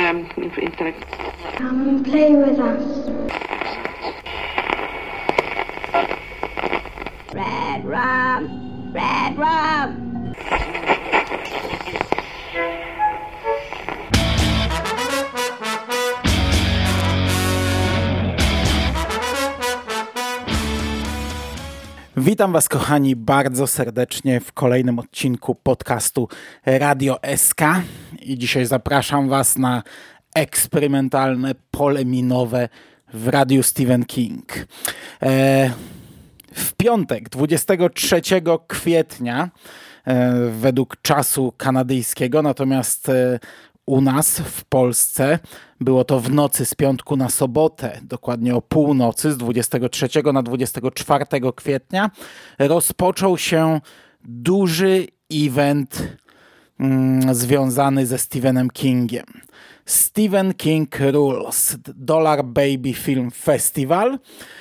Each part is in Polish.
Come and play with us. Red rum, red rum. Witam Was, kochani, bardzo serdecznie w kolejnym odcinku podcastu Radio SK i dzisiaj zapraszam Was na eksperymentalne pole minowe w Radiu Stephen King. W piątek, 23 kwietnia, według czasu kanadyjskiego, natomiast u nas w Polsce było to w nocy z piątku na sobotę, dokładnie o północy, z 23 na 24 kwietnia, rozpoczął się duży event związany ze Stephenem Kingiem. Stephen King Rules Dollar Baby Film Festival.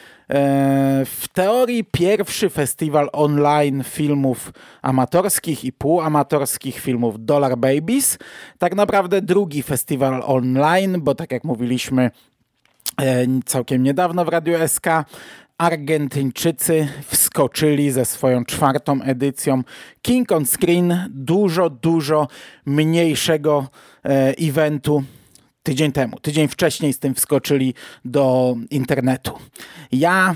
W teorii pierwszy festiwal online filmów amatorskich i półamatorskich, filmów Dollar Babies. Tak naprawdę drugi festiwal online, bo tak jak mówiliśmy całkiem niedawno w Radiu SK, Argentyńczycy wskoczyli ze swoją 4. edycją King on Screen, dużo mniejszego eventu. Tydzień wcześniej z tym wskoczyli do internetu. Ja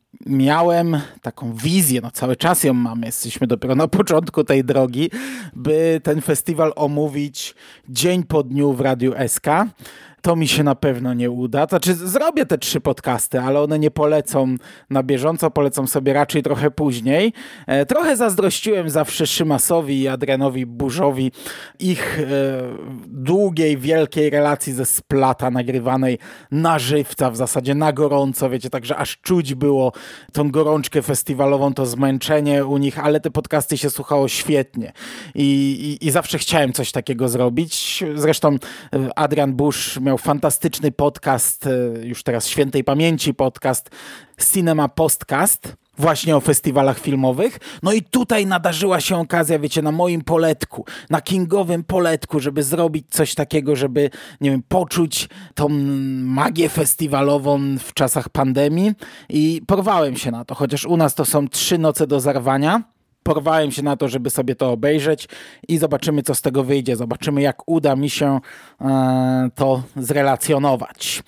miałem taką wizję, cały czas ją mam, jesteśmy dopiero na początku tej drogi, by ten festiwal omówić dzień po dniu w Radiu SK. To mi się na pewno nie uda. Znaczy, zrobię te 3 podcasty, ale one nie polecą na bieżąco, polecą sobie raczej trochę później. Trochę zazdrościłem zawsze Szymasowi i Adrianowi Burzowi ich długiej, wielkiej relacji ze Splata, nagrywanej na żywca, w zasadzie na gorąco, wiecie, także aż czuć było tą gorączkę festiwalową, to zmęczenie u nich, ale te podcasty się słuchało świetnie. I zawsze chciałem coś takiego zrobić. Zresztą Adrian Bush miał fantastyczny podcast, już teraz świętej pamięci podcast, Cinema Postcast, właśnie o festiwalach filmowych. No i tutaj nadarzyła się okazja, wiecie, na moim poletku, na kingowym poletku, żeby zrobić coś takiego, żeby, nie wiem, poczuć tą magię festiwalową w czasach pandemii i porwałem się na to, chociaż u nas to są 3 noce do zarwania. Porwałem się na to, żeby sobie to obejrzeć i zobaczymy, co z tego wyjdzie. Zobaczymy, jak uda mi się to zrelacjonować.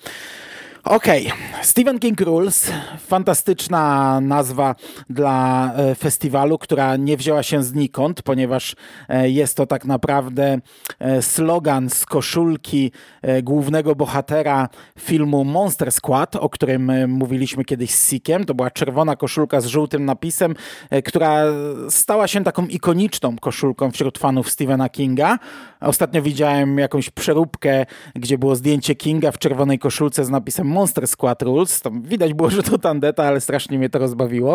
Okej, Stephen King Rules, fantastyczna nazwa dla festiwalu, która nie wzięła się znikąd, ponieważ jest to tak naprawdę slogan z koszulki głównego bohatera filmu Monster Squad, o którym mówiliśmy kiedyś z Sikiem. To była czerwona koszulka z żółtym napisem, która stała się taką ikoniczną koszulką wśród fanów Stephena Kinga. Ostatnio widziałem jakąś przeróbkę, gdzie było zdjęcie Kinga w czerwonej koszulce z napisem Monster Squad Rules. Tam widać było, że to tandeta, ale strasznie mnie to rozbawiło.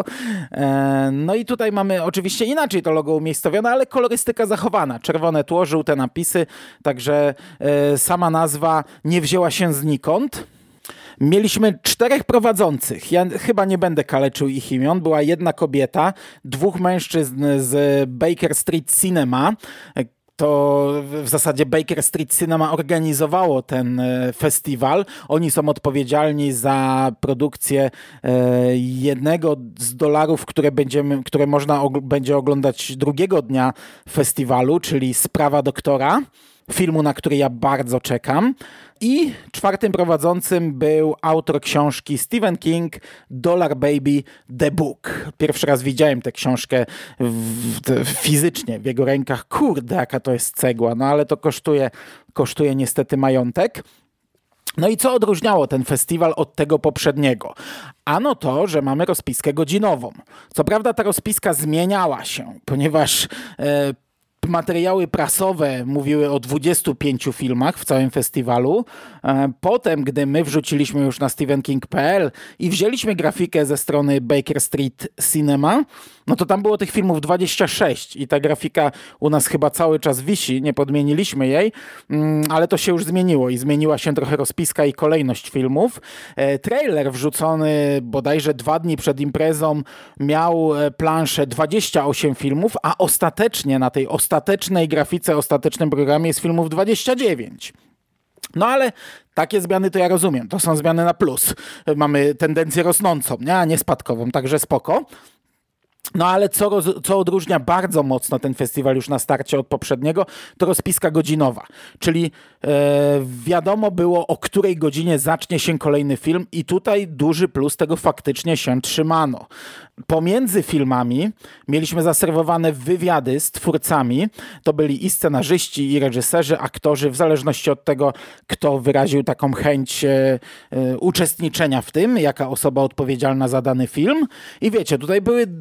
No i tutaj mamy oczywiście inaczej to logo umiejscowione, ale kolorystyka zachowana. Czerwone tło, żółte napisy, także sama nazwa nie wzięła się znikąd. Mieliśmy 4 prowadzących. Ja chyba nie będę kaleczył ich imion. Była jedna kobieta, 2 mężczyzn z Baker Street Cinema. To w zasadzie Baker Street Cinema organizowało ten festiwal. Oni są odpowiedzialni za produkcję jednego z dolarów, które można będzie oglądać drugiego dnia festiwalu, czyli Sprawa doktora, filmu, na który ja bardzo czekam. I 4. prowadzącym był autor książki Stephen King, Dollar Baby, The Book. Pierwszy raz widziałem tę książkę fizycznie w jego rękach. Kurde, jaka to jest cegła, no ale to kosztuje niestety majątek. No i co odróżniało ten festiwal od tego poprzedniego? Ano to, że mamy rozpiskę godzinową. Co prawda ta rozpiska zmieniała się, ponieważ materiały prasowe mówiły o 25 filmach w całym festiwalu. Potem, gdy my wrzuciliśmy już na stephenking.pl i wzięliśmy grafikę ze strony Baker Street Cinema, no to tam było tych filmów 26 i ta grafika u nas chyba cały czas wisi, nie podmieniliśmy jej, ale to się już zmieniło i zmieniła się trochę rozpiska i kolejność filmów. Trailer wrzucony bodajże 2 dni przed imprezą miał planszę 28 filmów, a ostatecznie na tej ostatecznej grafice, ostatecznym programie jest filmów 29. No ale takie zmiany to ja rozumiem, to są zmiany na plus. Mamy tendencję rosnącą, nie? A nie spadkową, także spoko. No ale co odróżnia bardzo mocno ten festiwal już na starcie od poprzedniego, to rozpiska godzinowa. Czyli wiadomo było, o której godzinie zacznie się kolejny film i tutaj duży plus tego faktycznie się trzymano. Pomiędzy filmami mieliśmy zaserwowane wywiady z twórcami. To byli i scenarzyści, i reżyserzy, aktorzy, w zależności od tego, kto wyraził taką chęć uczestniczenia w tym, jaka osoba odpowiedzialna za dany film. I wiecie, tutaj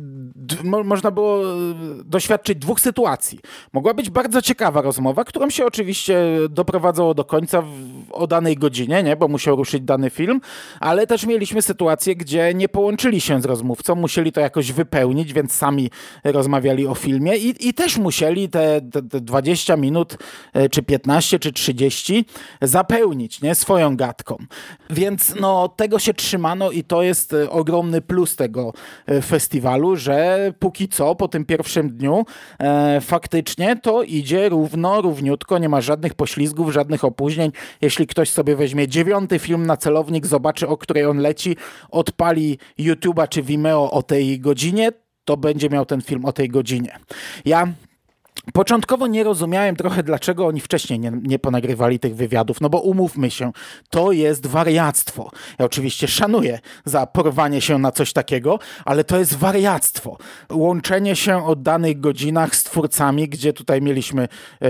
można było doświadczyć dwóch sytuacji. Mogła być bardzo ciekawa rozmowa, którą się oczywiście doprowadzało do końca o danej godzinie, nie? Bo musiał ruszyć dany film, ale też mieliśmy sytuację, gdzie nie połączyli się z rozmówcą, musieli to jakoś wypełnić, więc sami rozmawiali o filmie i też musieli te 20 minut, czy 15, czy 30 zapełnić, nie? Swoją gadką. Więc no, tego się trzymano i to jest ogromny plus tego festiwalu, że póki co po tym pierwszym dniu faktycznie to idzie równiutko, nie ma żadnych poślizgów, żadnych opóźnień. Jeśli ktoś sobie weźmie 9. film na celownik, zobaczy, o której on leci, odpali YouTube'a czy Vimeo o tej godzinie, to będzie miał ten film o tej godzinie. Ja początkowo nie rozumiałem trochę, dlaczego oni wcześniej nie ponagrywali tych wywiadów, no bo umówmy się, to jest wariactwo. Ja oczywiście szanuję za porwanie się na coś takiego, ale to jest wariactwo. Łączenie się o danych godzinach z twórcami, gdzie tutaj mieliśmy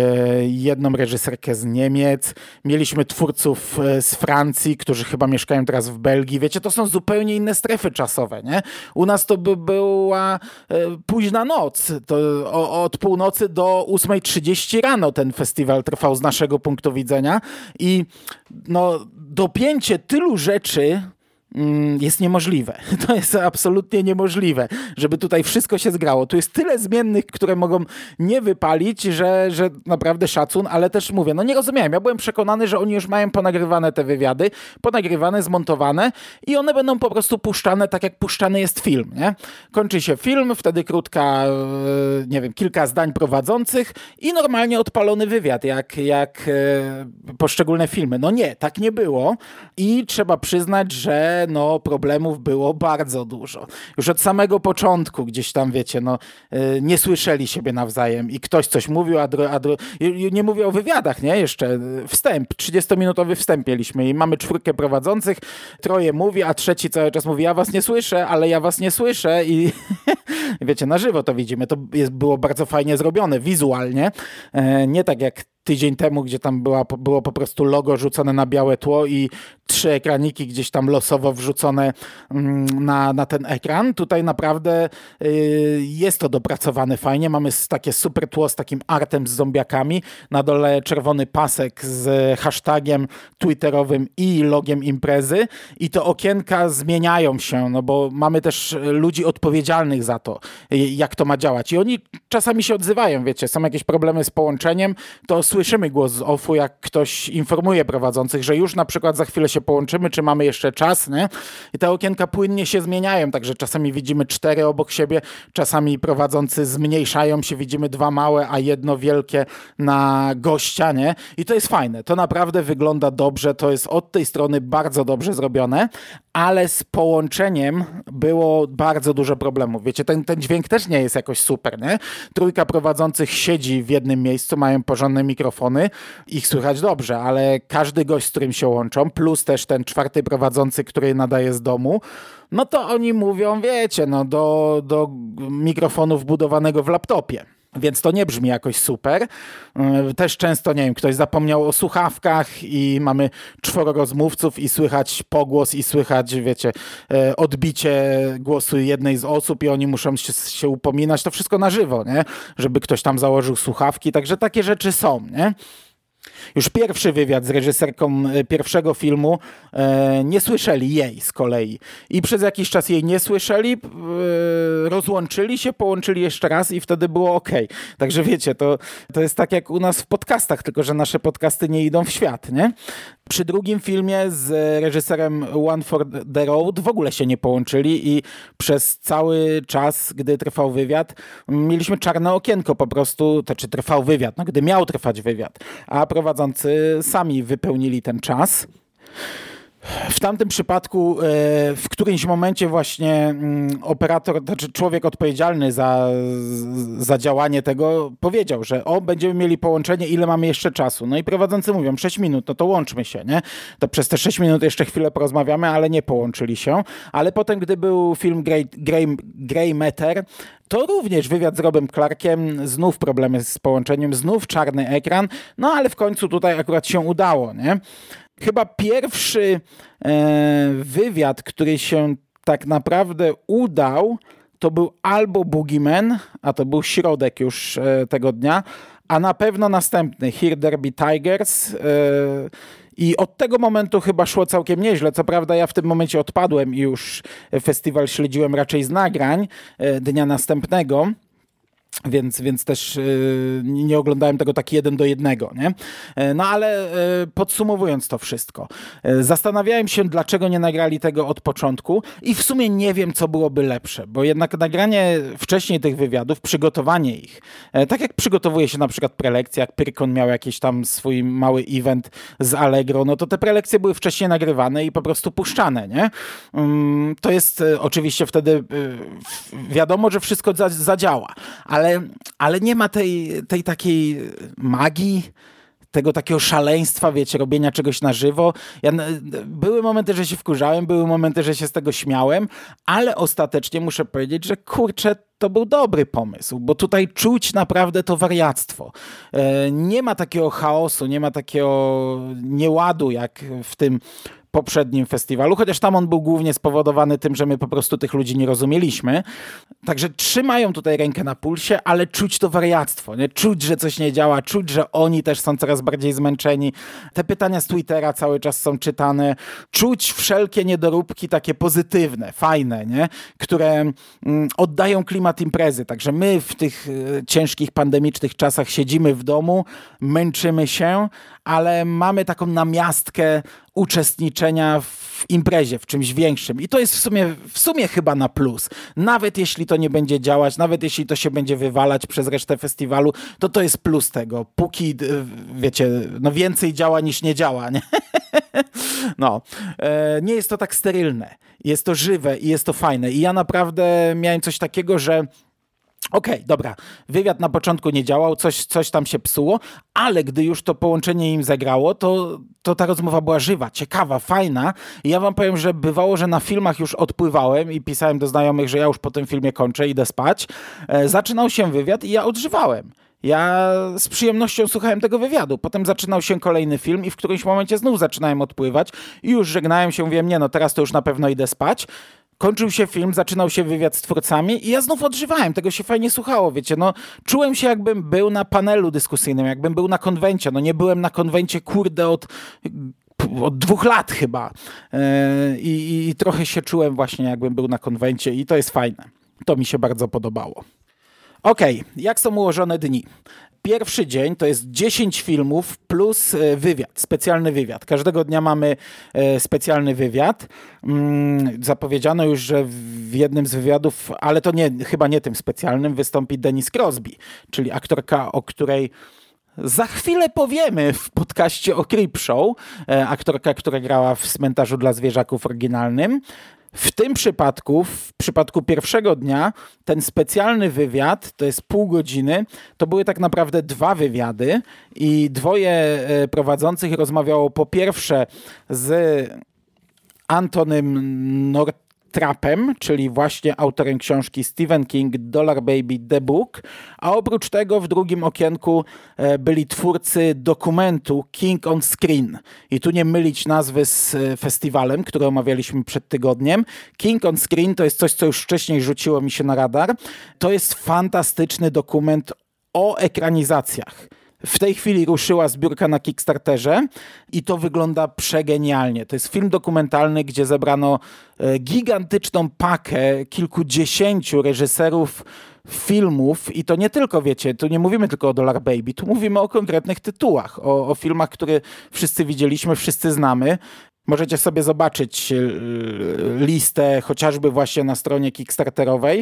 jedną reżyserkę z Niemiec, mieliśmy twórców z Francji, którzy chyba mieszkają teraz w Belgii. Wiecie, to są zupełnie inne strefy czasowe, nie? U nas to by była późna noc. To od północy do 8:30 rano ten festiwal trwał z naszego punktu widzenia i no, dopięcie tylu rzeczy jest niemożliwe. To jest absolutnie niemożliwe, żeby tutaj wszystko się zgrało. Tu jest tyle zmiennych, które mogą nie wypalić, że naprawdę szacun, ale też mówię, no nie rozumiałem. Ja byłem przekonany, że oni już mają ponagrywane te wywiady, ponagrywane, zmontowane i one będą po prostu puszczane tak, jak puszczany jest film, nie? Kończy się film, wtedy krótka, nie wiem, kilka zdań prowadzących i normalnie odpalony wywiad, jak poszczególne filmy. No nie, tak nie było i trzeba przyznać, że no, problemów było bardzo dużo. Już od samego początku gdzieś tam, wiecie, no, nie słyszeli siebie nawzajem i ktoś coś mówił, nie mówię o wywiadach, nie? Jeszcze wstęp, 30-minutowy wstęp mieliśmy i mamy 4 prowadzących, 3 mówi, a 3 cały czas mówi, ja was nie słyszę, ale ja was nie słyszę i wiecie, na żywo to widzimy. To było bardzo fajnie zrobione, wizualnie. Nie tak jak tydzień temu, gdzie tam było po prostu logo rzucone na białe tło i 3 ekraniki gdzieś tam losowo wrzucone na ten ekran. Tutaj naprawdę jest to dopracowane fajnie. Mamy takie super tło z takim artem z zombiakami. Na dole czerwony pasek z hashtagiem twitterowym i logiem imprezy. I to okienka zmieniają się, no bo mamy też ludzi odpowiedzialnych za to, jak to ma działać. I oni czasami się odzywają, wiecie, są jakieś problemy z połączeniem, to słyszymy głos z offu, jak ktoś informuje prowadzących, że już na przykład za chwilę się połączymy, czy mamy jeszcze czas, nie? I te okienka płynnie się zmieniają, także czasami widzimy 4 obok siebie, czasami prowadzący zmniejszają się, widzimy 2 małe, a 1 wielkie na gościa, nie? I to jest fajne, to naprawdę wygląda dobrze, to jest od tej strony bardzo dobrze zrobione, ale z połączeniem było bardzo dużo problemów. Wiecie, ten dźwięk też nie jest jakoś super, nie? 3 prowadzących siedzi w jednym miejscu, mają porządne mikrofony, ich słychać dobrze, ale każdy gość, z którym się łączą, plus też ten 4 prowadzący, który nadaje z domu, no to oni mówią, wiecie, no do mikrofonu wbudowanego w laptopie. Więc to nie brzmi jakoś super. Też często, nie wiem, ktoś zapomniał o słuchawkach i mamy 4 rozmówców i słychać pogłos i słychać, wiecie, odbicie głosu jednej z osób i oni muszą się upominać. To wszystko na żywo, nie? Żeby ktoś tam założył słuchawki. Także takie rzeczy są, nie? Już pierwszy wywiad z reżyserką pierwszego filmu nie słyszeli jej z kolei. I przez jakiś czas jej nie słyszeli, rozłączyli się, połączyli jeszcze raz i wtedy było okej. Także wiecie, to jest tak jak u nas w podcastach, tylko że nasze podcasty nie idą w świat, nie? Przy drugim filmie z reżyserem One for the Road w ogóle się nie połączyli i przez cały czas, gdy trwał wywiad, mieliśmy czarne okienko po prostu, to czy trwał wywiad, no gdy miał trwać wywiad, a prowadzący sami wypełnili ten czas. W tamtym przypadku w którymś momencie właśnie operator, znaczy człowiek odpowiedzialny za działanie tego powiedział, że będziemy mieli połączenie, ile mamy jeszcze czasu. No i prowadzący mówią 6 minut, no to łączmy się, nie? To przez te 6 minut jeszcze chwilę porozmawiamy, ale nie połączyli się. Ale potem, gdy był film Grey Matter, to również wywiad z Robem Clarkiem, znów problemy z połączeniem, znów czarny ekran, no ale w końcu tutaj akurat się udało, nie? Chyba pierwszy wywiad, który się tak naprawdę udał, to był albo Boogeyman, a to był środek już tego dnia, a na pewno następny Here There Be Tigers. I od tego momentu chyba szło całkiem nieźle. Co prawda ja w tym momencie odpadłem i już festiwal śledziłem raczej z nagrań dnia następnego. Więc też nie oglądałem tego tak 1:1, nie? No ale podsumowując to wszystko, zastanawiałem się, dlaczego nie nagrali tego od początku i w sumie nie wiem, co byłoby lepsze, bo jednak nagranie wcześniej tych wywiadów, przygotowanie ich, tak jak przygotowuje się na przykład prelekcja, jak Pyrkon miał jakiś tam swój mały event z Allegro, no to te prelekcje były wcześniej nagrywane i po prostu puszczane, nie? To jest oczywiście wtedy wiadomo, że wszystko zadziała, ale nie ma tej takiej magii, tego takiego szaleństwa, wiecie, robienia czegoś na żywo. Były momenty, że się wkurzałem, były momenty, że się z tego śmiałem, ale ostatecznie muszę powiedzieć, że kurczę, to był dobry pomysł, bo tutaj czuć naprawdę to wariactwo. Nie ma takiego chaosu, nie ma takiego nieładu jak w tym poprzednim festiwalu, chociaż tam on był głównie spowodowany tym, że my po prostu tych ludzi nie rozumieliśmy. Także trzymają tutaj rękę na pulsie, ale czuć to wariactwo, nie? Czuć, że coś nie działa, czuć, że oni też są coraz bardziej zmęczeni. Te pytania z Twittera cały czas są czytane. Czuć wszelkie niedoróbki takie pozytywne, fajne, nie? Które oddają klimat imprezy. Także my w tych ciężkich, pandemicznych czasach siedzimy w domu, męczymy się, ale mamy taką namiastkę uczestniczenia w imprezie, w czymś większym. I to jest w sumie chyba na plus. Nawet jeśli to nie będzie działać, nawet jeśli to się będzie wywalać przez resztę festiwalu, to jest plus tego. Póki, wiecie, no więcej działa niż nie działa, nie? No, nie jest to tak sterylne. Jest to żywe i jest to fajne. I ja naprawdę miałem coś takiego, że okej, dobra, wywiad na początku nie działał, coś tam się psuło, ale gdy już to połączenie im zagrało, to ta rozmowa była żywa, ciekawa, fajna. I ja wam powiem, że bywało, że na filmach już odpływałem i pisałem do znajomych, że ja już po tym filmie kończę, idę spać. Zaczynał się wywiad i ja odżywałem. Ja z przyjemnością słuchałem tego wywiadu. Potem zaczynał się kolejny film i w którymś momencie znów zaczynałem odpływać i już żegnałem się, mówiłem, nie no, teraz to już na pewno idę spać. Kończył się film, zaczynał się wywiad z twórcami i ja znów odżywałem, tego się fajnie słuchało, wiecie, no czułem się jakbym był na panelu dyskusyjnym, jakbym był na konwencie, no nie byłem na konwencie, kurde, od 2 lat chyba i trochę się czułem właśnie jakbym był na konwencie i to jest fajne, to mi się bardzo podobało. Okej, jak są ułożone dni? Pierwszy dzień to jest 10 filmów plus wywiad, specjalny wywiad. Każdego dnia mamy specjalny wywiad. Zapowiedziano już, że w jednym z wywiadów, ale to chyba nie tym specjalnym, wystąpi Denise Crosby, czyli aktorka, o której za chwilę powiemy w podcaście o Creepshow. Aktorka, która grała w Cmentarzu dla zwierzaków oryginalnym. W tym przypadku, w przypadku pierwszego dnia, ten specjalny wywiad, to jest pół godziny, to były tak naprawdę 2 wywiady i 2 prowadzących rozmawiało po pierwsze z Antonym Northrupem, czyli właśnie autorem książki Stephen King, Dollar Baby, The Book, a oprócz tego w drugim okienku byli twórcy dokumentu King on Screen. I tu nie mylić nazwy z festiwalem, który omawialiśmy przed tygodniem. King on Screen to jest coś, co już wcześniej rzuciło mi się na radar. To jest fantastyczny dokument o ekranizacjach. W tej chwili ruszyła zbiórka na Kickstarterze i to wygląda przegenialnie. To jest film dokumentalny, gdzie zebrano gigantyczną pakę kilkudziesięciu reżyserów filmów i to nie tylko, wiecie, tu nie mówimy tylko o Dollar Baby, tu mówimy o konkretnych tytułach, o filmach, które wszyscy widzieliśmy, wszyscy znamy. Możecie sobie zobaczyć listę chociażby właśnie na stronie kickstarterowej.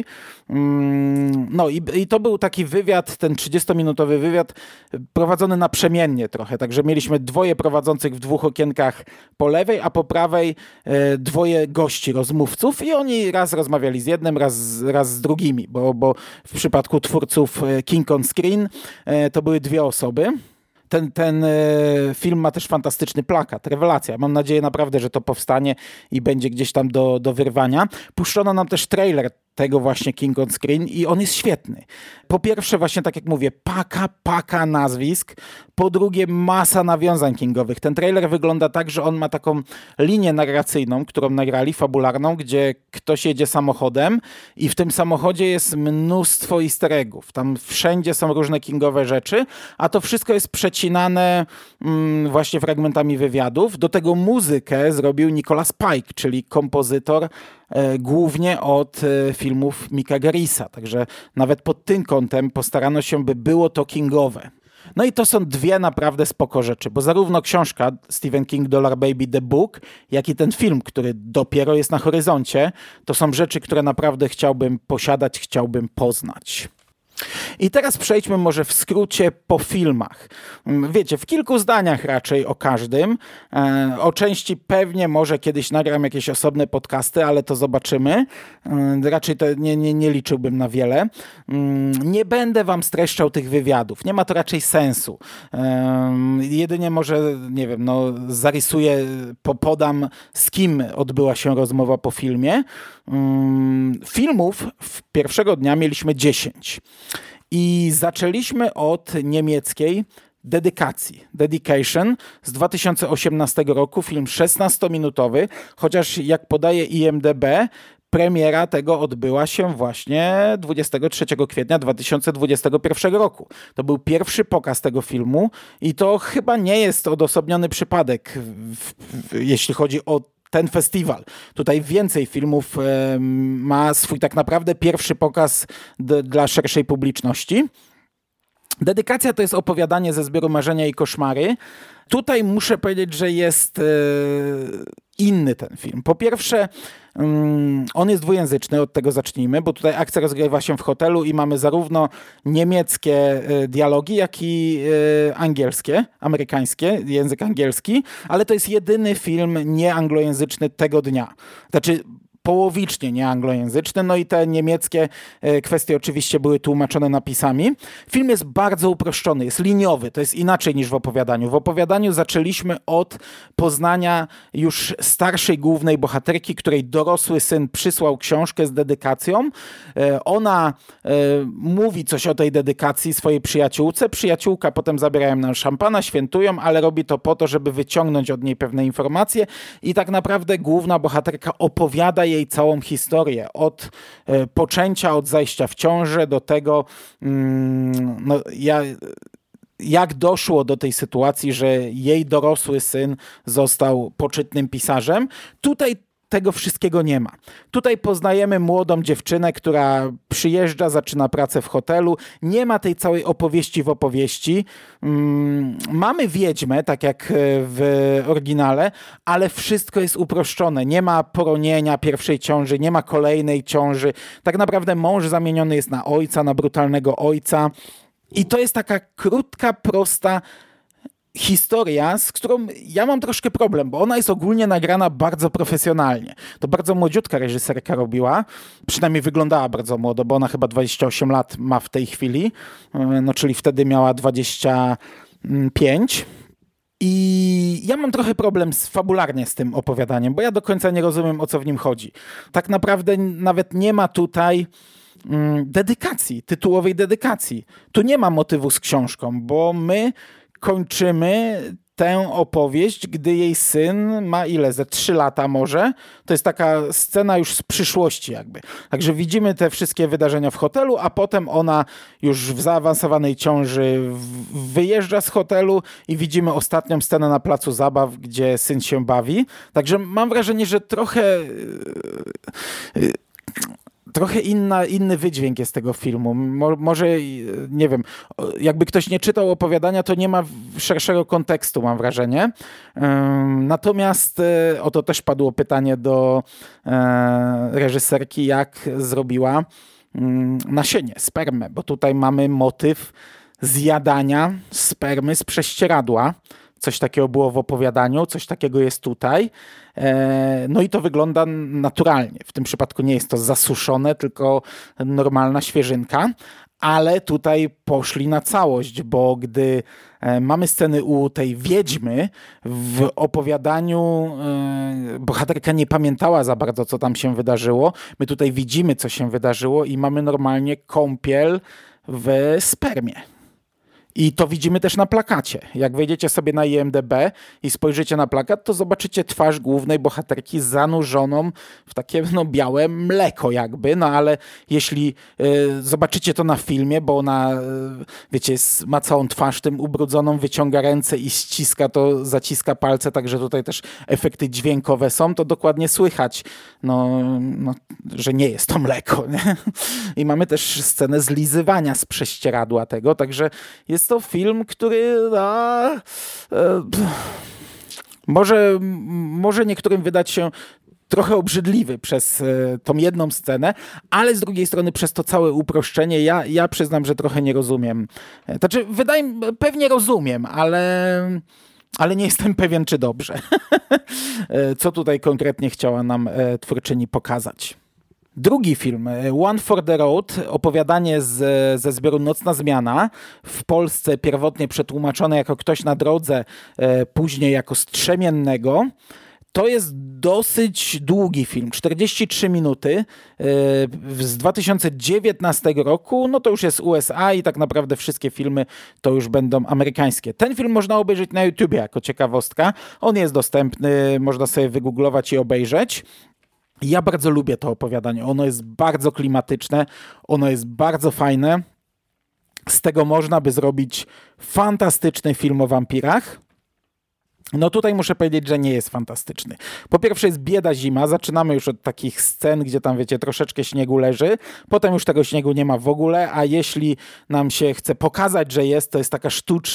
No i to był taki wywiad, ten 30-minutowy wywiad prowadzony naprzemiennie trochę. Także mieliśmy dwoje prowadzących w dwóch okienkach po lewej, a po prawej dwoje gości, rozmówców i oni raz rozmawiali z jednym, raz z drugimi, bo w przypadku twórców King on Screen to były dwie osoby. Ten film ma też fantastyczny plakat, rewelacja. Mam nadzieję naprawdę, że to powstanie i będzie gdzieś tam do wyrwania. Puszczono nam też trailer tego właśnie King on Screen i on jest świetny. Po pierwsze właśnie tak jak mówię, paka nazwisk, po drugie masa nawiązań kingowych. Ten trailer wygląda tak, że on ma taką linię narracyjną, którą nagrali, fabularną, gdzie ktoś jedzie samochodem i w tym samochodzie jest mnóstwo easter eggów. Tam wszędzie są różne kingowe rzeczy, a to wszystko jest przecinane właśnie fragmentami wywiadów. Do tego muzykę zrobił Nicholas Pike, czyli kompozytor głównie od filmów Micka Garrisa. Także nawet pod tym kątem postarano się, by było to kingowe. No i to są dwie naprawdę spoko rzeczy, bo zarówno książka Stephen King Dollar Baby The Book, jak i ten film, który dopiero jest na horyzoncie, to są rzeczy, które naprawdę chciałbym posiadać, chciałbym poznać. I teraz przejdźmy może w skrócie po filmach. Wiecie, w kilku zdaniach raczej o każdym. O części pewnie może kiedyś nagram jakieś osobne podcasty, ale to zobaczymy. Raczej to nie liczyłbym na wiele. Nie będę wam streszczał tych wywiadów. Nie ma to raczej sensu. Jedynie może, nie wiem, zarysuję, podam z kim odbyła się rozmowa po filmie. Filmów pierwszego dnia mieliśmy 10. I zaczęliśmy od niemieckiej Dedication z 2018 roku, film 16-minutowy, chociaż jak podaje IMDb, premiera tego odbyła się właśnie 23 kwietnia 2021 roku. To był pierwszy pokaz tego filmu i to chyba nie jest odosobniony przypadek, jeśli chodzi o ten festiwal. Tutaj więcej filmów ma swój tak naprawdę pierwszy pokaz dla szerszej publiczności. Dedykacja to jest opowiadanie ze zbioru Marzenia i koszmary. Tutaj muszę powiedzieć, że jest inny ten film. Po pierwsze, on jest dwujęzyczny, od tego zacznijmy, bo tutaj akcja rozgrywa się w hotelu i mamy zarówno niemieckie dialogi, jak i angielskie, amerykańskie, język angielski, ale to jest jedyny film nieanglojęzyczny tego dnia. Znaczy połowicznie nieanglojęzyczny, no i te niemieckie kwestie oczywiście były tłumaczone napisami. Film jest bardzo uproszczony, jest liniowy, to jest inaczej niż w opowiadaniu. W opowiadaniu zaczęliśmy od poznania już starszej głównej bohaterki, której dorosły syn przysłał książkę z dedykacją. Ona mówi coś o tej dedykacji swojej przyjaciółce. Przyjaciółka potem zabiera ją na szampana, świętują, ale robi to po to, żeby wyciągnąć od niej pewne informacje i tak naprawdę główna bohaterka opowiada jej całą historię, od poczęcia, od zajścia w ciążę do tego, jak doszło do tej sytuacji, że jej dorosły syn został poczytnym pisarzem. Tutaj tego wszystkiego nie ma. Tutaj poznajemy młodą dziewczynę, która przyjeżdża, zaczyna pracę w hotelu. Nie ma tej całej opowieści w opowieści. Mamy wiedźmę, tak jak w oryginale, ale wszystko jest uproszczone. Nie ma poronienia pierwszej ciąży, nie ma kolejnej ciąży. Tak naprawdę mąż zamieniony jest na ojca, na brutalnego ojca. I to jest taka krótka, prosta historia, z którą ja mam troszkę problem, bo ona jest ogólnie nagrana bardzo profesjonalnie. To bardzo młodziutka reżyserka robiła, przynajmniej wyglądała bardzo młodo, bo ona chyba 28 lat ma w tej chwili, czyli wtedy miała 25. I ja mam trochę problem fabularnie z tym opowiadaniem, bo ja do końca nie rozumiem, o co w nim chodzi. Tak naprawdę nawet nie ma tutaj dedykacji, tytułowej dedykacji. Tu nie ma motywu z książką, bo my kończymy tę opowieść, gdy jej syn ma ze 3 lata może. To jest taka scena już z przyszłości jakby. Także widzimy te wszystkie wydarzenia w hotelu, a potem ona już w zaawansowanej ciąży wyjeżdża z hotelu i widzimy ostatnią scenę na placu zabaw, gdzie syn się bawi. Także mam wrażenie, że trochę inny wydźwięk jest tego filmu. Może, nie wiem, jakby ktoś nie czytał opowiadania, to nie ma szerszego kontekstu, mam wrażenie. Natomiast o to też padło pytanie do reżyserki, jak zrobiła nasienie, spermę, bo tutaj mamy motyw zjadania spermy z prześcieradła. Coś takiego było w opowiadaniu, coś takiego jest tutaj. No i to wygląda naturalnie. W tym przypadku nie jest to zasuszone, tylko normalna świeżynka, ale tutaj poszli na całość, bo gdy mamy sceny u tej wiedźmy, w opowiadaniu bohaterka nie pamiętała za bardzo, co tam się wydarzyło. My tutaj widzimy, co się wydarzyło i mamy normalnie kąpiel w spermie. I to widzimy też na plakacie. Jak wejdziecie sobie na IMDb i spojrzycie na plakat, to zobaczycie twarz głównej bohaterki zanurzoną w takie białe mleko jakby, no ale jeśli zobaczycie to na filmie, bo ona, wiecie, ma całą twarz tym ubrudzoną, wyciąga ręce i ściska to, zaciska palce, także tutaj też efekty dźwiękowe są, to dokładnie słychać, że nie jest to mleko. Nie? I mamy też scenę zlizywania z prześcieradła tego, także jest to film, który może niektórym wydać się trochę obrzydliwy przez tą jedną scenę, ale z drugiej strony przez to całe uproszczenie ja przyznam, że trochę nie rozumiem. Znaczy, pewnie rozumiem, ale nie jestem pewien, czy dobrze. Co tutaj konkretnie chciała nam twórczyni pokazać. Drugi film, One for the Road, opowiadanie ze zbioru Nocna Zmiana, w Polsce pierwotnie przetłumaczone jako Ktoś na drodze, później jako Strzemiennego. To jest dosyć długi film, 43 minuty, z 2019 roku, no to już jest USA i tak naprawdę wszystkie filmy to już będą amerykańskie. Ten film można obejrzeć na YouTubie jako ciekawostka, on jest dostępny, można sobie wygooglować i obejrzeć. Ja bardzo lubię to opowiadanie, ono jest bardzo klimatyczne, ono jest bardzo fajne, z tego można by zrobić fantastyczny film o wampirach. No tutaj muszę powiedzieć, że nie jest fantastyczny. Po pierwsze jest bieda zima, zaczynamy już od takich scen, gdzie tam wiecie, troszeczkę śniegu leży, potem już tego śniegu nie ma w ogóle, a jeśli nam się chce pokazać, że jest, to jest taka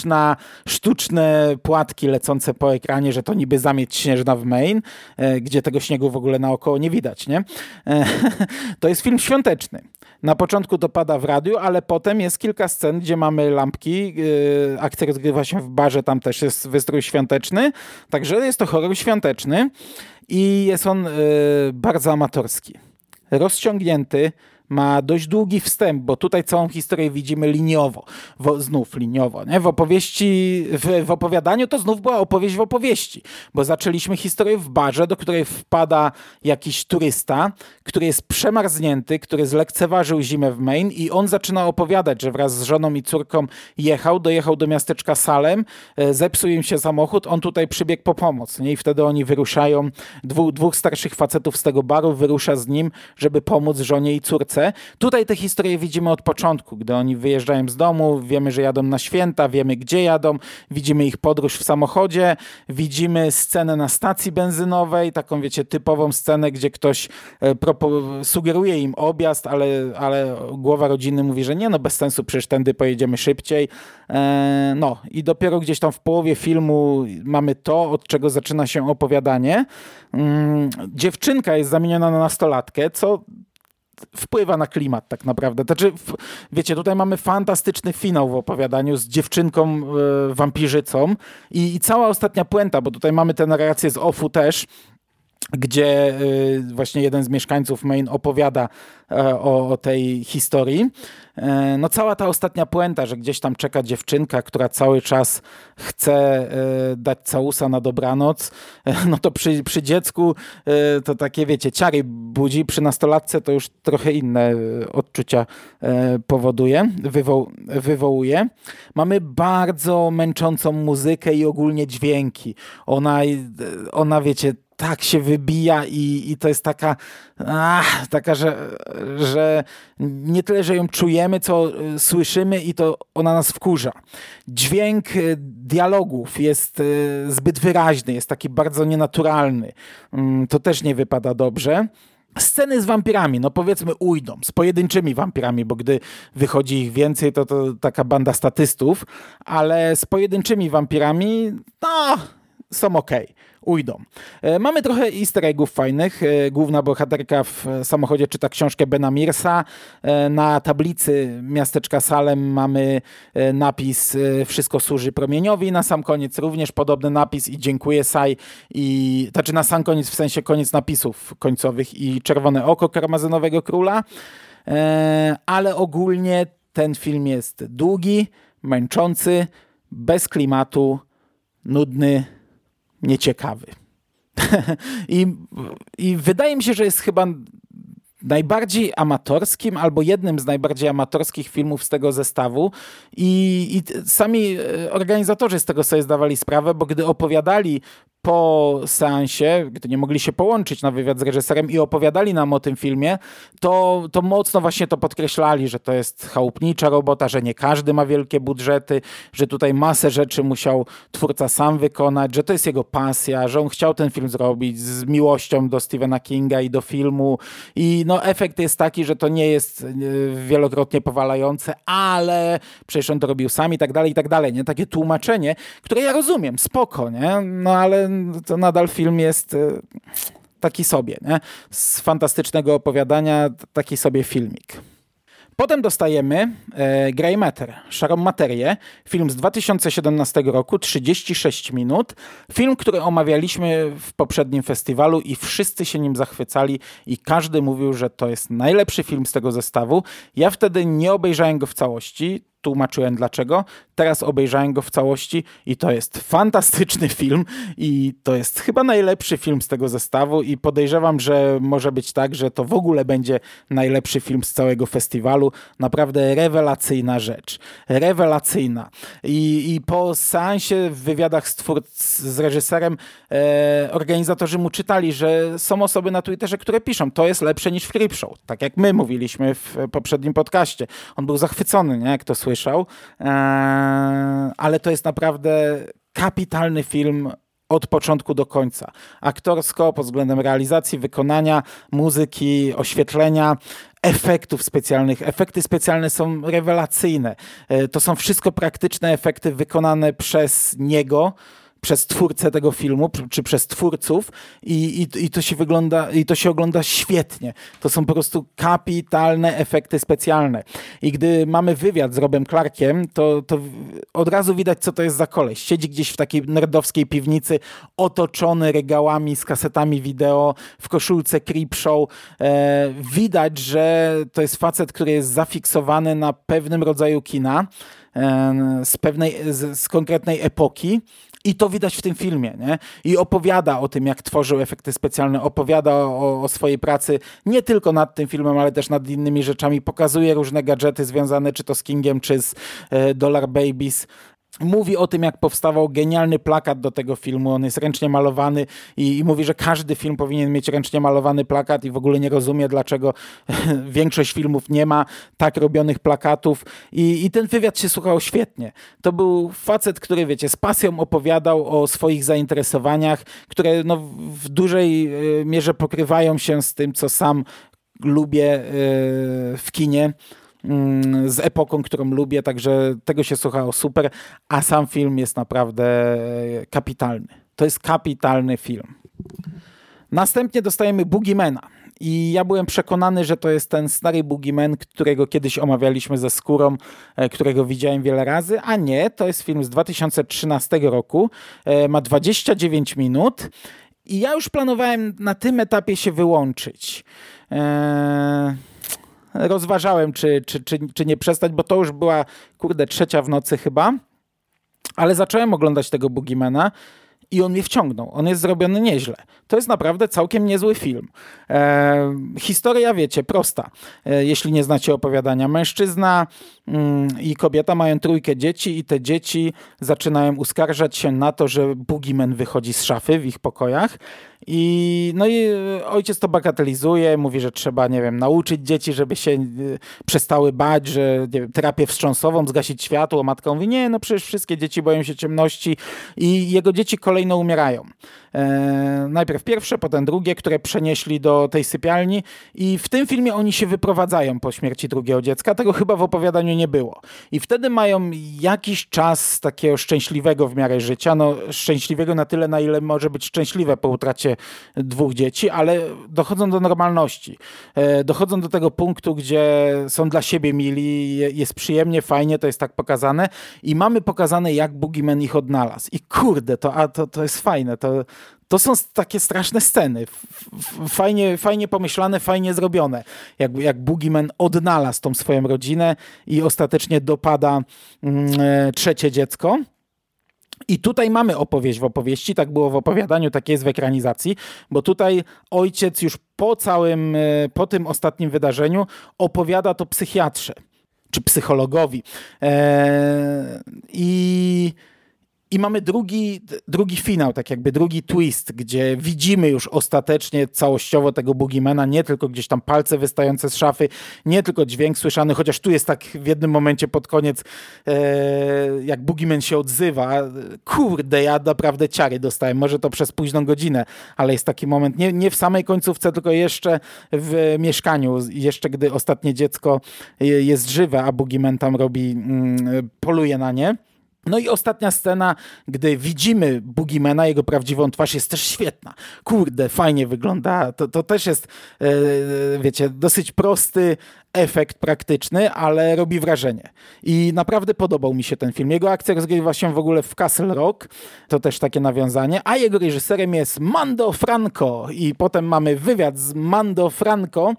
sztuczne płatki lecące po ekranie, że to niby zamieć śnieżna w Maine, gdzie tego śniegu w ogóle naokoło nie widać, nie? To jest film świąteczny. Na początku to pada w radiu, ale potem jest kilka scen, gdzie mamy lampki, akcja rozgrywa się w barze, tam też jest wystrój świąteczny, także jest to horror świąteczny i jest on bardzo amatorski. Rozciągnięty, ma dość długi wstęp, bo tutaj całą historię widzimy liniowo. Znów liniowo. Nie? W opowiadaniu to znów była opowieść w opowieści, bo zaczęliśmy historię w barze, do której wpada jakiś turysta, który jest przemarznięty, który zlekceważył zimę w Maine i on zaczyna opowiadać, że wraz z żoną i córką dojechał do miasteczka Salem, zepsuł im się samochód, on tutaj przybiegł po pomoc. Nie? I wtedy oni wyruszają, dwóch starszych facetów z tego baru wyrusza z nim, żeby pomóc żonie i córce. Tutaj tę historię widzimy od początku, gdy oni wyjeżdżają z domu, wiemy, że jadą na święta, wiemy, gdzie jadą, widzimy ich podróż w samochodzie, widzimy scenę na stacji benzynowej, taką wiecie, typową scenę, gdzie ktoś sugeruje im objazd, ale głowa rodziny mówi, że nie, no bez sensu, przecież tędy pojedziemy szybciej. No i dopiero gdzieś tam w połowie filmu mamy to, od czego zaczyna się opowiadanie. Dziewczynka jest zamieniona na nastolatkę, co wpływa na klimat tak naprawdę. Znaczy, wiecie, tutaj mamy fantastyczny finał w opowiadaniu z dziewczynką wampirzycą i cała ostatnia puenta, bo tutaj mamy tę narrację z offu też, gdzie właśnie jeden z mieszkańców Maine opowiada o tej historii. No cała ta ostatnia puenta, że gdzieś tam czeka dziewczynka, która cały czas chce dać całusa na dobranoc, no to przy dziecku to takie, wiecie, ciary budzi, przy nastolatce to już trochę inne odczucia wywołuje. Mamy bardzo męczącą muzykę i ogólnie dźwięki. Ona wiecie, tak się wybija i to jest taka, że nie tyle, że ją czujemy, co słyszymy i to ona nas wkurza. Dźwięk dialogów jest zbyt wyraźny, jest taki bardzo nienaturalny. To też nie wypada dobrze. Sceny z wampirami, no powiedzmy ujdą, z pojedynczymi wampirami, bo gdy wychodzi ich więcej, to taka banda statystów, ale z pojedynczymi wampirami, no, są okej. Ujdą. Mamy trochę easter eggów fajnych. Główna bohaterka w samochodzie czyta książkę Bena Mearsa. Na tablicy miasteczka Salem mamy napis "Wszystko służy promieniowi". Na sam koniec również podobny napis i "Dziękuję, Sai". Znaczy na sam koniec, w sensie koniec napisów końcowych i czerwone oko karmazynowego króla. Ale ogólnie ten film jest długi, męczący, bez klimatu, nudny, nieciekawy. I wydaje mi się, że jest chyba najbardziej amatorskim albo jednym z najbardziej amatorskich filmów z tego zestawu i sami organizatorzy z tego sobie zdawali sprawę, bo gdy opowiadali po seansie, gdy nie mogli się połączyć na wywiad z reżyserem i opowiadali nam o tym filmie, to mocno właśnie to podkreślali, że to jest chałupnicza robota, że nie każdy ma wielkie budżety, że tutaj masę rzeczy musiał twórca sam wykonać, że to jest jego pasja, że on chciał ten film zrobić z miłością do Stephena Kinga i do filmu i no efekt jest taki, że to nie jest wielokrotnie powalające, ale przecież on to robił sam i tak dalej, nie? Takie tłumaczenie, które ja rozumiem, spoko, nie? No ale to nadal film jest taki sobie, nie? Z fantastycznego opowiadania taki sobie filmik. Potem dostajemy Grey Matter, Szarą Materię, film z 2017 roku, 36 minut. Film, który omawialiśmy w poprzednim festiwalu i wszyscy się nim zachwycali i każdy mówił, że to jest najlepszy film z tego zestawu. Ja wtedy nie obejrzałem go w całości, tłumaczyłem dlaczego. Teraz obejrzałem go w całości i to jest fantastyczny film i to jest chyba najlepszy film z tego zestawu i podejrzewam, że może być tak, że to w ogóle będzie najlepszy film z całego festiwalu. Naprawdę rewelacyjna rzecz. Rewelacyjna. I po seansie w wywiadach z reżyserem organizatorzy mu czytali, że są osoby na Twitterze, które piszą, to jest lepsze niż Creepshow. Tak jak my mówiliśmy w poprzednim podcaście. On był zachwycony, nie? Jak to słyszał. Ale to jest naprawdę kapitalny film od początku do końca. Aktorsko, pod względem realizacji, wykonania, muzyki, oświetlenia, efektów specjalnych. Efekty specjalne są rewelacyjne. To są wszystko praktyczne efekty wykonane przez niego, przez twórcę tego filmu, czy przez twórców i to się ogląda świetnie. To są po prostu kapitalne efekty specjalne. I gdy mamy wywiad z Robem Clarkiem, to od razu widać, co to jest za koleś. Siedzi gdzieś w takiej nerdowskiej piwnicy, otoczony regałami z kasetami wideo, w koszulce Creepshow. Widać, że to jest facet, który jest zafiksowany na pewnym rodzaju kina, z konkretnej epoki. I to widać w tym filmie, nie? I opowiada o tym, jak tworzył efekty specjalne, opowiada o swojej pracy nie tylko nad tym filmem, ale też nad innymi rzeczami. Pokazuje różne gadżety związane czy to z Kingiem, czy z Dollar Babies. Mówi o tym, jak powstawał genialny plakat do tego filmu. On jest ręcznie malowany i mówi, że każdy film powinien mieć ręcznie malowany plakat i w ogóle nie rozumie, dlaczego większość filmów nie ma tak robionych plakatów. I ten wywiad się słuchał świetnie. To był facet, który, wiecie, z pasją opowiadał o swoich zainteresowaniach, które no, w dużej mierze pokrywają się z tym, co sam lubię w kinie, z epoką, którą lubię, także tego się słuchało super, a sam film jest naprawdę kapitalny. To jest kapitalny film. Następnie dostajemy Boogiemana i ja byłem przekonany, że to jest ten stary Boogieman, którego kiedyś omawialiśmy ze Skórą, którego widziałem wiele razy, a nie, to jest film z 2013 roku, ma 29 minut i ja już planowałem na tym etapie się wyłączyć. Rozważałem, czy nie przestać, bo to już była, trzecia w nocy chyba, ale zacząłem oglądać tego Boogiemana i on mnie wciągnął. On jest zrobiony nieźle. To jest naprawdę całkiem niezły film. Historia, wiecie, prosta. Jeśli nie znacie opowiadania, mężczyzna i kobieta mają 3 dzieci i te dzieci zaczynają uskarżać się na to, że Boogieman wychodzi z szafy w ich pokojach No i ojciec to bagatelizuje, mówi, że trzeba, nie wiem, nauczyć dzieci, żeby się przestały bać, że nie wiem, terapię wstrząsową, zgasić światło. Matka mówi, nie, no przecież wszystkie dzieci boją się ciemności i jego dzieci kolejno umierają. Najpierw pierwsze, potem drugie, które przenieśli do tej sypialni i w tym filmie oni się wyprowadzają po śmierci drugiego dziecka. Tego chyba w opowiadaniu nie było. I wtedy mają jakiś czas takiego szczęśliwego w miarę życia. No szczęśliwego na tyle, na ile może być szczęśliwe po utracie dwóch dzieci, ale dochodzą do normalności. Dochodzą do tego punktu, gdzie są dla siebie mili, jest przyjemnie, fajnie, to jest tak pokazane i mamy pokazane, jak Boogeyman ich odnalazł. I kurde, to jest fajne. To są takie straszne sceny. Fajnie pomyślane, fajnie zrobione. Jak Boogeyman odnalazł tą swoją rodzinę i ostatecznie dopada trzecie dziecko. I tutaj mamy opowieść w opowieści, tak było w opowiadaniu, tak jest w ekranizacji, bo tutaj ojciec już po tym ostatnim wydarzeniu opowiada to psychiatrze, czy psychologowi. I mamy drugi finał, tak jakby drugi twist, gdzie widzimy już ostatecznie całościowo tego Boogeymana, nie tylko gdzieś tam palce wystające z szafy, nie tylko dźwięk słyszany, chociaż tu jest tak w jednym momencie pod koniec, jak Boogeyman się odzywa. Kurde, ja naprawdę ciary dostałem, może to przez późną godzinę, ale jest taki moment, nie w samej końcówce, tylko jeszcze w mieszkaniu, jeszcze gdy ostatnie dziecko jest żywe, a Boogeyman tam poluje na nie. No i ostatnia scena, gdy widzimy Boogeymana, jego prawdziwą twarz, jest też świetna. Kurde, fajnie wygląda. To też jest, wiecie, dosyć prosty efekt praktyczny, ale robi wrażenie. I naprawdę podobał mi się ten film. Jego akcja rozgrywa się w ogóle w Castle Rock. To też takie nawiązanie. A jego reżyserem jest Mando Franco. I potem mamy wywiad z Mando Franco,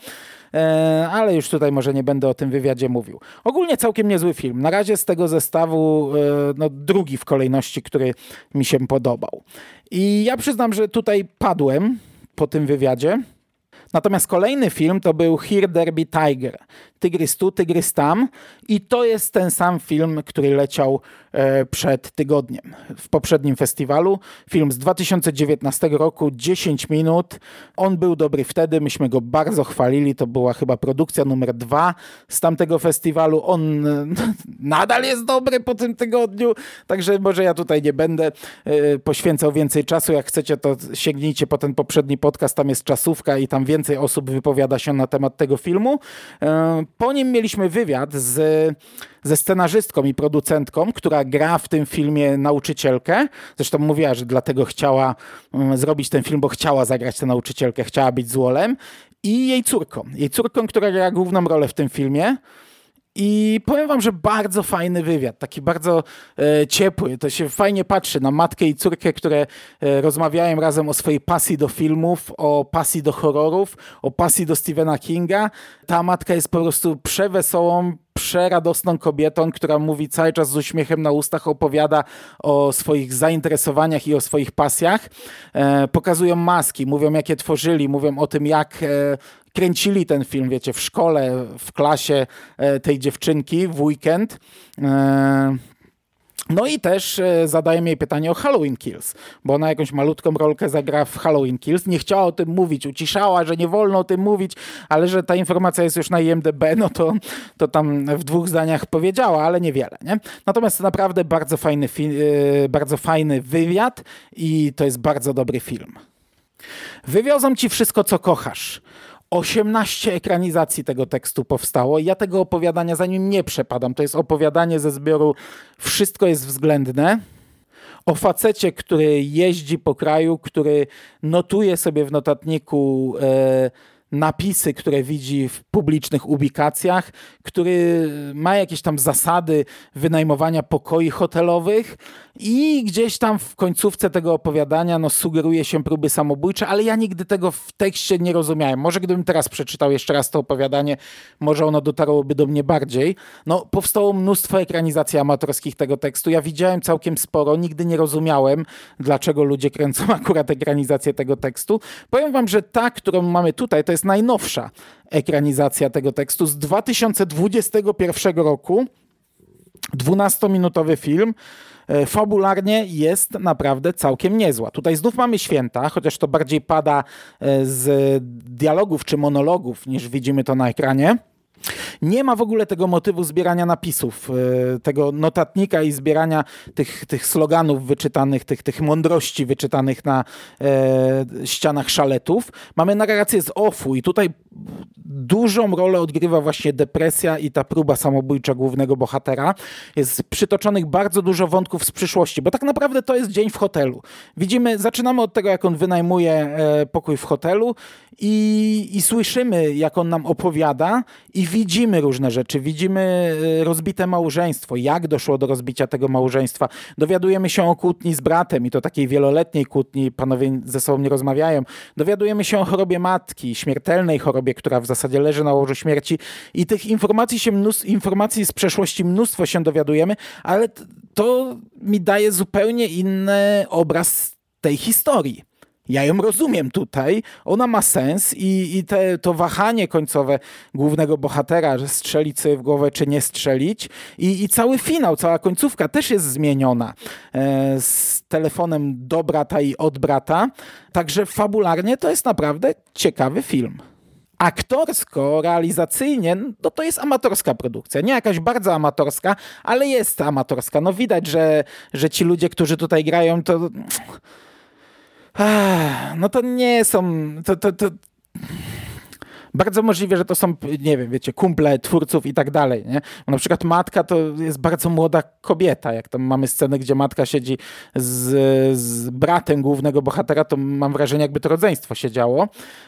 ale już tutaj może nie będę o tym wywiadzie mówił. Ogólnie całkiem niezły film. Na razie z tego zestawu drugi w kolejności, który mi się podobał. I ja przyznam, że tutaj padłem po tym wywiadzie. Natomiast kolejny film to był Here There Be Tiger. Tygrys tu, tygrys tam. I to jest ten sam film, który leciał przed tygodniem w poprzednim festiwalu. Film z 2019 roku, 10 minut. On był dobry wtedy, myśmy go bardzo chwalili. To była chyba produkcja numer 2 z tamtego festiwalu. On nadal jest dobry po tym tygodniu, także może ja tutaj nie będę poświęcał więcej czasu. Jak chcecie, to sięgnijcie po ten poprzedni podcast, tam jest czasówka i tam więcej osób wypowiada się na temat tego filmu. Po nim mieliśmy wywiad ze scenarzystką i producentką, która gra w tym filmie nauczycielkę. Zresztą mówiła, że dlatego chciała zrobić ten film, bo chciała zagrać tę nauczycielkę, chciała być złolem. I jej córką, która gra główną rolę w tym filmie. I powiem wam, że bardzo fajny wywiad, taki bardzo ciepły. To się fajnie patrzy na matkę i córkę, które rozmawiają razem o swojej pasji do filmów, o pasji do horrorów, o pasji do Stephena Kinga. Ta matka jest po prostu przewesołą, przeradosną kobietą, która mówi cały czas z uśmiechem na ustach, opowiada o swoich zainteresowaniach i o swoich pasjach. Pokazują maski, mówią jakie tworzyli, mówią o tym jak kręcili ten film, wiecie, w szkole, w klasie tej dziewczynki w weekend. No i też zadałem jej pytanie o Halloween Kills, bo ona jakąś malutką rolkę zagra w Halloween Kills. Nie chciała o tym mówić, uciszała, że nie wolno o tym mówić, ale że ta informacja jest już na IMDb, no to tam w 2 zdaniach powiedziała, ale niewiele, nie? Natomiast to naprawdę bardzo fajny wywiad i to jest bardzo dobry film. Wywiozą ci wszystko, co kochasz. 18 ekranizacji tego tekstu powstało i ja tego opowiadania za nim nie przepadam. To jest opowiadanie ze zbioru Wszystko jest względne. O facecie, który jeździ po kraju, który notuje sobie w notatniku napisy, które widzi w publicznych ubikacjach, który ma jakieś tam zasady wynajmowania pokoi hotelowych i gdzieś tam w końcówce tego opowiadania sugeruje się próby samobójcze, ale ja nigdy tego w tekście nie rozumiałem. Może gdybym teraz przeczytał jeszcze raz to opowiadanie, może ono dotarłoby do mnie bardziej. Powstało mnóstwo ekranizacji amatorskich tego tekstu. Ja widziałem całkiem sporo, nigdy nie rozumiałem, dlaczego ludzie kręcą akurat ekranizację tego tekstu. Powiem wam, że ta, którą mamy tutaj, to jest najnowsza ekranizacja tego tekstu z 2021 roku. 12-minutowy film. Fabularnie jest naprawdę całkiem niezła. Tutaj znów mamy święta, chociaż to bardziej pada z dialogów czy monologów, niż widzimy to na ekranie. Nie ma w ogóle tego motywu zbierania napisów, tego notatnika i zbierania tych sloganów wyczytanych, tych mądrości wyczytanych na ścianach szaletów. Mamy narrację z offu i tutaj dużą rolę odgrywa właśnie depresja i ta próba samobójcza głównego bohatera. Jest przytoczonych bardzo dużo wątków z przyszłości, bo tak naprawdę to jest dzień w hotelu. Zaczynamy od tego, jak on wynajmuje pokój w hotelu i słyszymy, jak on nam opowiada i widzimy różne rzeczy. Widzimy rozbite małżeństwo, jak doszło do rozbicia tego małżeństwa. Dowiadujemy się o kłótni z bratem i to takiej wieloletniej kłótni, panowie ze sobą nie rozmawiają. Dowiadujemy się o chorobie matki, śmiertelnej chorobie, która w zasadzie leży na łożu śmierci i tych informacji z przeszłości mnóstwo się dowiadujemy, ale to mi daje zupełnie inny obraz tej historii. Ja ją rozumiem tutaj, ona ma sens i to wahanie końcowe głównego bohatera, że strzelić sobie w głowę czy nie strzelić i cały finał, cała końcówka też jest zmieniona z telefonem do brata i od brata, także fabularnie to jest naprawdę ciekawy film. Aktorsko, realizacyjnie, no to jest amatorska produkcja. Nie jakaś bardzo amatorska, ale jest amatorska. No widać, że ci ludzie, którzy tutaj grają, to... No to nie są... Bardzo możliwe, że to są, nie wiem, wiecie, kumple twórców i tak dalej, nie? Bo na przykład matka to jest bardzo młoda kobieta. Jak tam mamy scenę, gdzie matka siedzi z bratem głównego bohatera, to mam wrażenie, jakby to rodzeństwo się działo.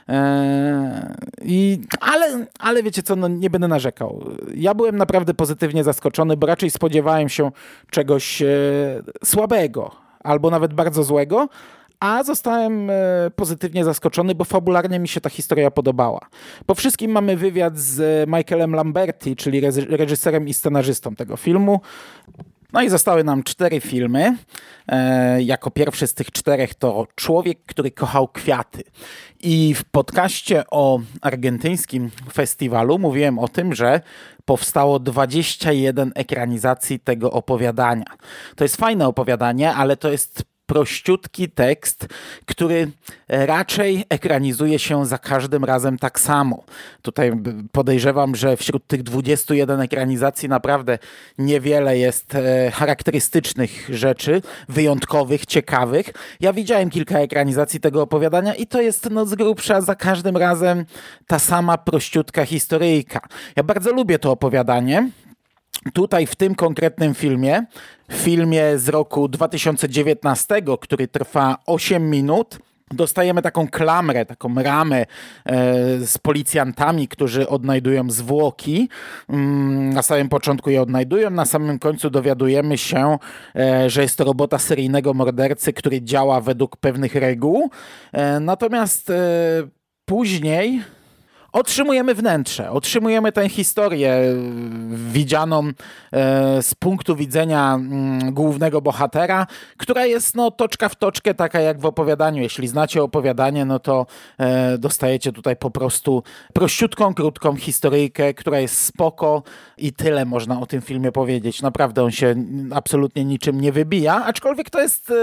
Ale wiecie co, no nie będę narzekał. Ja byłem naprawdę pozytywnie zaskoczony, bo raczej spodziewałem się czegoś słabego albo nawet bardzo złego, a zostałem pozytywnie zaskoczony, bo fabularnie mi się ta historia podobała. Po wszystkim mamy wywiad z Michaelem Lamberti, czyli reżyserem i scenarzystą tego filmu. No i zostały nam 4 filmy. Jako pierwszy z tych 4 to Człowiek, który kochał kwiaty. I w podcaście o argentyńskim festiwalu mówiłem o tym, że powstało 21 ekranizacji tego opowiadania. To jest fajne opowiadanie, ale to jest prościutki tekst, który raczej ekranizuje się za każdym razem tak samo. Tutaj podejrzewam, że wśród tych 21 ekranizacji naprawdę niewiele jest charakterystycznych rzeczy, wyjątkowych, ciekawych. Ja widziałem kilka ekranizacji tego opowiadania i to jest no z grubsza za każdym razem ta sama prościutka historyjka. Ja bardzo lubię to opowiadanie. Tutaj w tym konkretnym filmie z roku 2019, który trwa 8 minut, dostajemy taką klamrę, taką ramę z policjantami, którzy odnajdują zwłoki. Na samym początku je odnajdują, na samym końcu dowiadujemy się, że jest to robota seryjnego mordercy, który działa według pewnych reguł. Natomiast później otrzymujemy wnętrze, otrzymujemy tę historię widzianą z punktu widzenia głównego bohatera, która jest no, toczka w toczkę, taka jak w opowiadaniu. Jeśli znacie opowiadanie, no to dostajecie tutaj po prostu prościutką, krótką historyjkę, która jest spoko i tyle można o tym filmie powiedzieć. Naprawdę on się absolutnie niczym nie wybija, aczkolwiek to jest...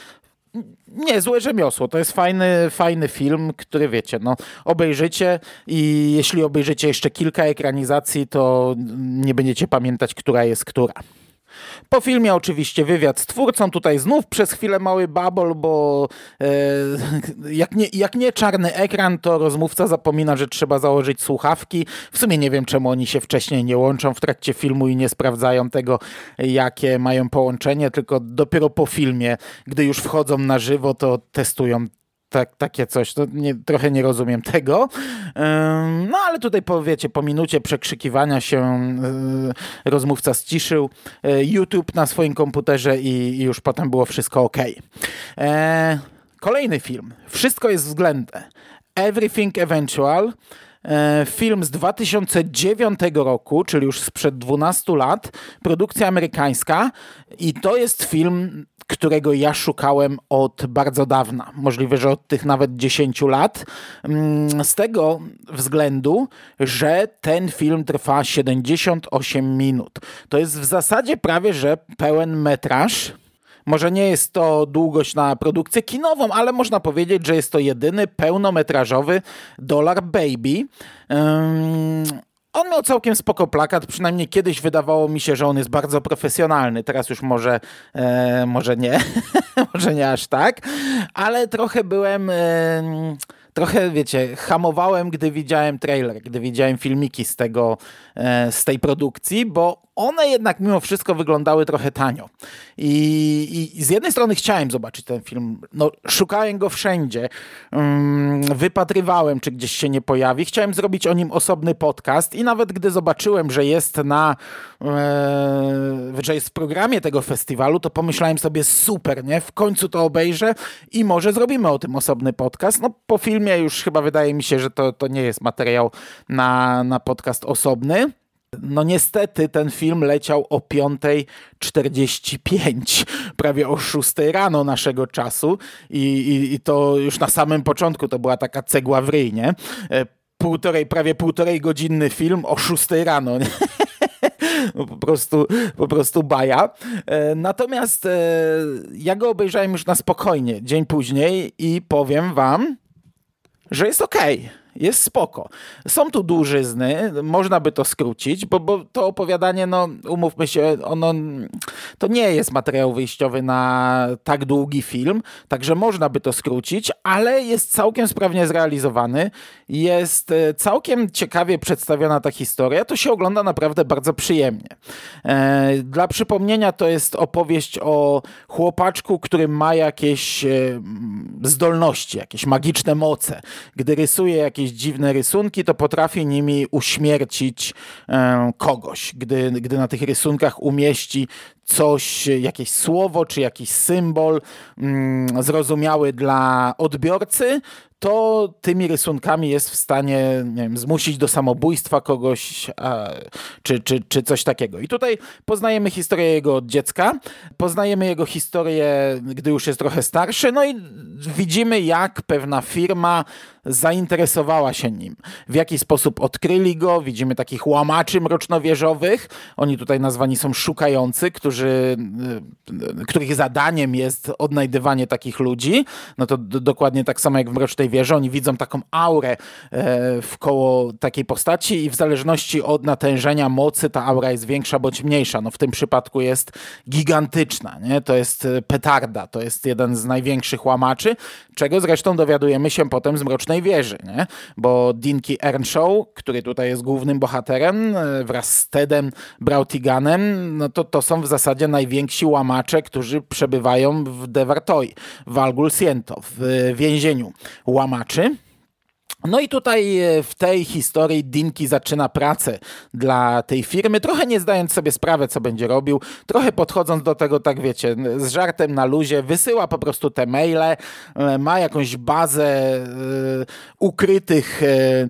niezłe rzemiosło. To jest fajny film, który wiecie, no obejrzycie i jeśli obejrzycie jeszcze kilka ekranizacji, to nie będziecie pamiętać, która jest która. Po filmie oczywiście wywiad z twórcą, tutaj znów przez chwilę mały babol, bo jak nie czarny ekran, to rozmówca zapomina, że trzeba założyć słuchawki. W sumie nie wiem, czemu oni się wcześniej nie łączą w trakcie filmu i nie sprawdzają tego, jakie mają połączenie, tylko dopiero po filmie, gdy już wchodzą na żywo, to testują takie coś, to trochę nie rozumiem tego. No ale tutaj po minucie przekrzykiwania się rozmówca ściszył YouTube na swoim komputerze i już potem było wszystko ok. Kolejny film. Wszystko jest względne. Everything Eventual. Film z 2009 roku, czyli już sprzed 12 lat. Produkcja amerykańska i to jest film, którego ja szukałem od bardzo dawna. Możliwe, że od tych nawet 10 lat. Z tego względu, że ten film trwa 78 minut. To jest w zasadzie prawie, że pełen metraż. Może nie jest to długość na produkcję kinową, ale można powiedzieć, że jest to jedyny pełnometrażowy Dollar Baby. On miał całkiem spoko plakat, przynajmniej kiedyś wydawało mi się, że on jest bardzo profesjonalny. Teraz już może nie, może nie aż tak, ale trochę byłem... Trochę, wiecie, hamowałem, gdy widziałem trailer, gdy widziałem filmiki z tej produkcji, bo one jednak mimo wszystko wyglądały trochę tanio. I z jednej strony chciałem zobaczyć ten film, no szukałem go wszędzie, wypatrywałem, czy gdzieś się nie pojawi, chciałem zrobić o nim osobny podcast i nawet gdy zobaczyłem, że jest że jest w programie tego festiwalu, to pomyślałem sobie super, nie? W końcu to obejrzę i może zrobimy o tym osobny podcast. No po filmie już chyba wydaje mi się, że to nie jest materiał na podcast osobny. No niestety ten film leciał o 5:45, prawie o 6 rano naszego czasu i to już na samym początku to była taka cegła w ryj, nie? Prawie półtorej godzinny film o 6 rano, nie? Po prostu baja. Natomiast ja go obejrzałem już na spokojnie dzień później i powiem wam, że jest okej. Jest spoko. Są tu dłużyzny, można by to skrócić, bo to opowiadanie, no umówmy się, to nie jest materiał wyjściowy na tak długi film, także można by to skrócić, ale jest całkiem sprawnie zrealizowany, jest całkiem ciekawie przedstawiona ta historia, to się ogląda naprawdę bardzo przyjemnie. Dla przypomnienia to jest opowieść o chłopaczku, który ma jakieś zdolności, jakieś magiczne moce. Gdy rysuje jakieś dziwne rysunki, to potrafi nimi uśmiercić kogoś. Gdy na tych rysunkach umieści coś, jakieś słowo czy jakiś symbol zrozumiały dla odbiorcy, to tymi rysunkami jest w stanie, nie wiem, zmusić do samobójstwa kogoś, czy coś takiego. I tutaj poznajemy historię jego od dziecka, poznajemy jego historię, gdy już jest trochę starszy, no i widzimy, jak pewna firma zainteresowała się nim. W jaki sposób odkryli go, widzimy takich łamaczy mrocznowieżowych, oni tutaj nazwani są szukający, których zadaniem jest odnajdywanie takich ludzi, no to dokładnie tak samo jak w Mrocznej Wieży, oni widzą taką aurę wkoło takiej postaci i w zależności od natężenia mocy ta aura jest większa bądź mniejsza. No w tym przypadku jest gigantyczna, nie? To jest petarda, to jest jeden z największych łamaczy, czego zresztą dowiadujemy się potem z Mrocznej Wieży, nie? Bo Dinky Earnshaw, który tutaj jest głównym bohaterem, wraz z Tedem Brautiganem, no to są w zasadzie najwięksi łamacze, którzy przebywają w Devartoi, w Algul Siento, w więzieniu łamaczy. No i tutaj w tej historii Dinky zaczyna pracę dla tej firmy, trochę nie zdając sobie sprawy, co będzie robił, trochę podchodząc do tego, tak wiecie, z żartem na luzie, wysyła po prostu te maile, ma jakąś bazę ukrytych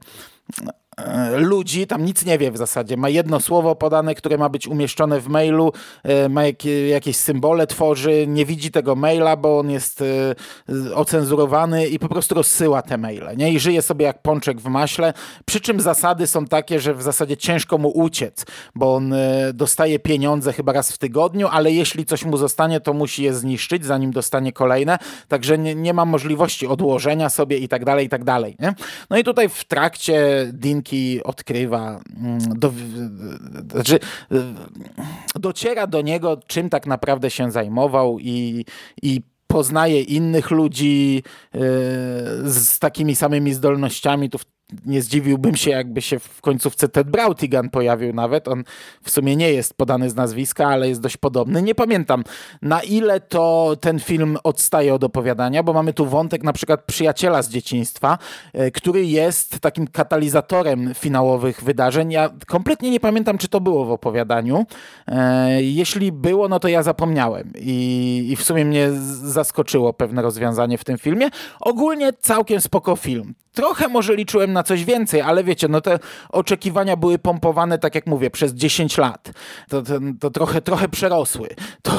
ludzi, tam nic nie wie w zasadzie, ma jedno słowo podane, które ma być umieszczone w mailu, ma jakieś symbole tworzy, nie widzi tego maila, bo on jest ocenzurowany i po prostu rozsyła te maile, nie? I żyje sobie jak pączek w maśle, przy czym zasady są takie, że w zasadzie ciężko mu uciec, bo on dostaje pieniądze chyba raz w tygodniu, ale jeśli coś mu zostanie, to musi je zniszczyć, zanim dostanie kolejne, także nie ma możliwości odłożenia sobie i tak dalej, nie? No i tutaj w trakcie Dinky odkrywa, dociera do niego, czym tak naprawdę się zajmował i poznaje innych ludzi z takimi samymi zdolnościami. Tu nie zdziwiłbym się, jakby się w końcówce Ted Brautigan pojawił nawet. On w sumie nie jest podany z nazwiska, ale jest dość podobny. Nie pamiętam, na ile to ten film odstaje od opowiadania, bo mamy tu wątek na przykład przyjaciela z dzieciństwa, który jest takim katalizatorem finałowych wydarzeń. Ja kompletnie nie pamiętam, czy to było w opowiadaniu. Jeśli było, no to ja zapomniałem i w sumie mnie zaskoczyło pewne rozwiązanie w tym filmie. Ogólnie całkiem spoko film. Trochę może liczyłem na coś więcej, ale wiecie, no te oczekiwania były pompowane, tak jak mówię, przez 10 lat. To trochę przerosły.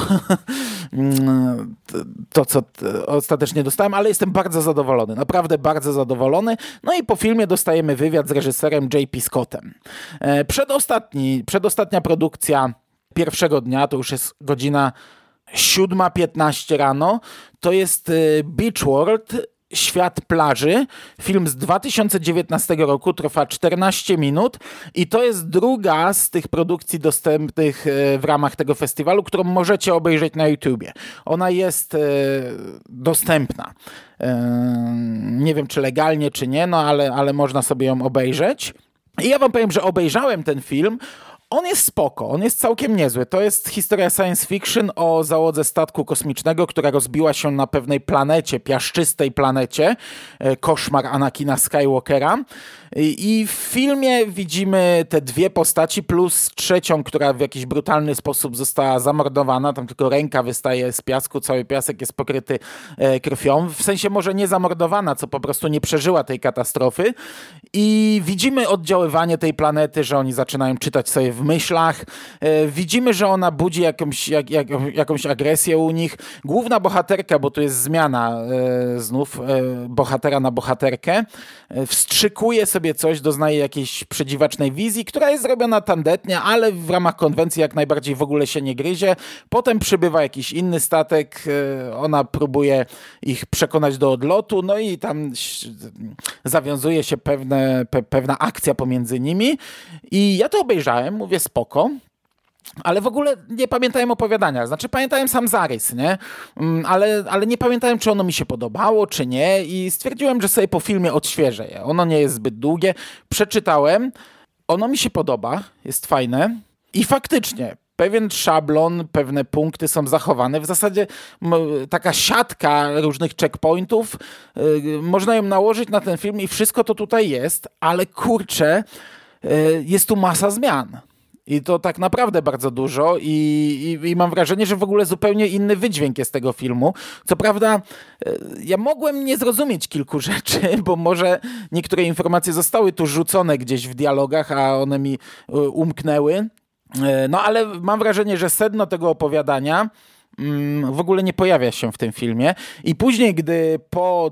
To, co ostatecznie dostałem, ale jestem bardzo zadowolony. Naprawdę bardzo zadowolony. No i po filmie dostajemy wywiad z reżyserem J.P. Scottem. Przedostatnia produkcja pierwszego dnia, to już jest godzina 7:15 rano. To jest Beach World, Świat plaży. Film z 2019 roku, trwa 14 minut i to jest druga z tych produkcji dostępnych w ramach tego festiwalu, którą możecie obejrzeć na YouTubie. Ona jest dostępna. Nie wiem, czy legalnie, czy nie, no ale można sobie ją obejrzeć. I ja wam powiem, że obejrzałem ten film. On jest spoko, on jest całkiem niezły. To jest historia science fiction o załodze statku kosmicznego, która rozbiła się na pewnej planecie, piaszczystej planecie, koszmar Anakina Skywalkera. I w filmie widzimy te dwie postaci plus trzecią, która w jakiś brutalny sposób została zamordowana. Tam tylko ręka wystaje z piasku, cały piasek jest pokryty krwią. W sensie może nie zamordowana, co po prostu nie przeżyła tej katastrofy. I widzimy oddziaływanie tej planety, że oni zaczynają czytać sobie w myślach. Widzimy, że ona budzi jakąś agresję u nich. Główna bohaterka, bo tu jest zmiana znów bohatera na bohaterkę, wstrzykuje sobie coś, doznaje jakiejś przedziwacznej wizji, która jest zrobiona tandetnie, ale w ramach konwencji jak najbardziej w ogóle się nie gryzie. Potem przybywa jakiś inny statek, ona próbuje ich przekonać do odlotu, no i tam zawiązuje się pewna akcja pomiędzy nimi. I ja to obejrzałem, mówię spoko. Ale w ogóle nie pamiętałem opowiadania. Znaczy pamiętałem sam zarys, nie? Ale nie pamiętałem, czy ono mi się podobało, czy nie. I stwierdziłem, że sobie po filmie odświeżę je. Ono nie jest zbyt długie. Przeczytałem. Ono mi się podoba. Jest fajne. I faktycznie pewien szablon, pewne punkty są zachowane. W zasadzie taka siatka różnych checkpointów. Można ją nałożyć na ten film i wszystko to tutaj jest. Ale kurczę, jest tu masa zmian. I to tak naprawdę bardzo dużo i mam wrażenie, że w ogóle zupełnie inny wydźwięk jest tego filmu. Co prawda ja mogłem nie zrozumieć kilku rzeczy, bo może niektóre informacje zostały tu rzucone gdzieś w dialogach, a one mi umknęły. No ale mam wrażenie, że sedno tego opowiadania w ogóle nie pojawia się w tym filmie. I później, gdy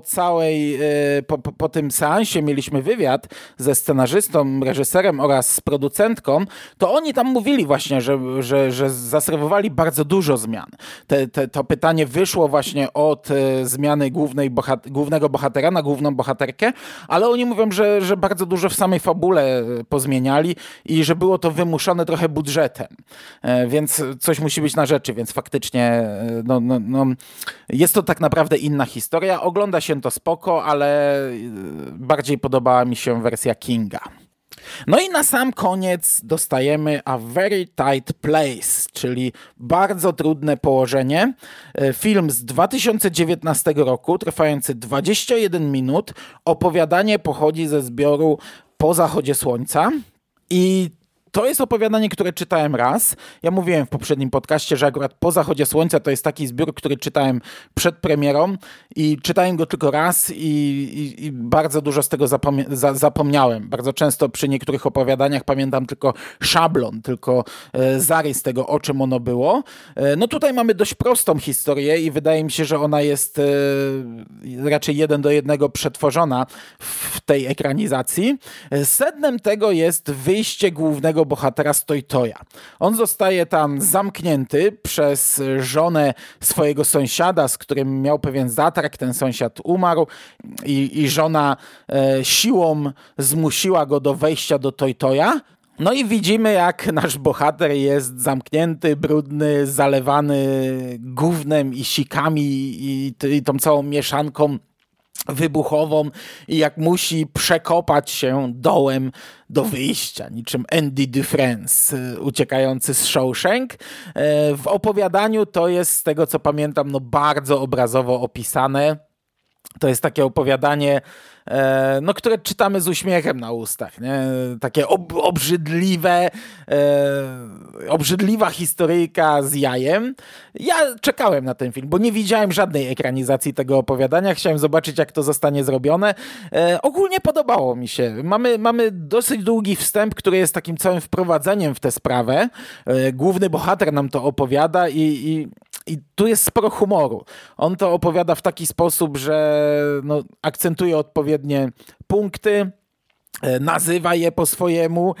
po tym seansie mieliśmy wywiad ze scenarzystą, reżyserem oraz z producentką, to oni tam mówili właśnie, że zaserwowali bardzo dużo zmian. To pytanie wyszło właśnie od zmiany głównego bohatera na główną bohaterkę, ale oni mówią, że bardzo dużo w samej fabule pozmieniali i że było to wymuszone trochę budżetem. Więc coś musi być na rzeczy, więc faktycznie jest to tak naprawdę inna historia. Ogląda się to spoko, ale bardziej podobała mi się wersja Kinga. No i na sam koniec dostajemy A Very Tight Place, czyli bardzo trudne położenie. Film z 2019 roku, trwający 21 minut. Opowiadanie pochodzi ze zbioru Po zachodzie słońca i to jest opowiadanie, które czytałem raz. Ja mówiłem w poprzednim podcaście, że akurat Po zachodzie słońca to jest taki zbiór, który czytałem przed premierą i czytałem go tylko raz i bardzo dużo z tego zapomniałem. Bardzo często przy niektórych opowiadaniach pamiętam tylko szablon, tylko zarys tego, o czym ono było. No tutaj mamy dość prostą historię i wydaje mi się, że ona jest raczej 1:1 przetworzona w tej ekranizacji. Sednem tego jest wyjście głównego bohatera z Toy-Toya. On zostaje tam zamknięty przez żonę swojego sąsiada, z którym miał pewien zatarg. Ten sąsiad umarł i żona siłą zmusiła go do wejścia do Toy-Toya. No i widzimy, jak nasz bohater jest zamknięty, brudny, zalewany gównem i sikami i tą całą mieszanką wybuchową i jak musi przekopać się dołem do wyjścia, niczym Andy Dufresne uciekający z Shawshank. W opowiadaniu to jest, z tego co pamiętam, bardzo obrazowo opisane. To jest takie opowiadanie, które czytamy z uśmiechem na ustach, nie? Takie obrzydliwa historyjka z jajem. Ja czekałem na ten film, bo nie widziałem żadnej ekranizacji tego opowiadania. Chciałem zobaczyć, jak to zostanie zrobione. Ogólnie podobało mi się. Mamy dosyć długi wstęp, który jest takim całym wprowadzeniem w tę sprawę. Główny bohater nam to opowiada i tu jest sporo humoru. On to opowiada w taki sposób, że akcentuje odpowiednie punkty, nazywa je po swojemu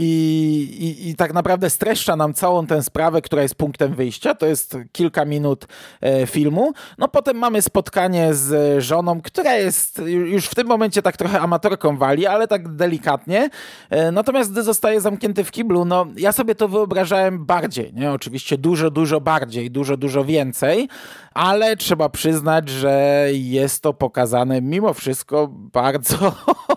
i tak naprawdę streszcza nam całą tę sprawę, która jest punktem wyjścia. To jest kilka minut filmu. No potem mamy spotkanie z żoną, która jest już w tym momencie tak trochę amatorką wali, ale tak delikatnie. Natomiast gdy zostaje zamknięty w kiblu, no ja sobie to wyobrażałem bardziej, nie? Oczywiście dużo bardziej, dużo więcej, ale trzeba przyznać, że jest to pokazane mimo wszystko bardzo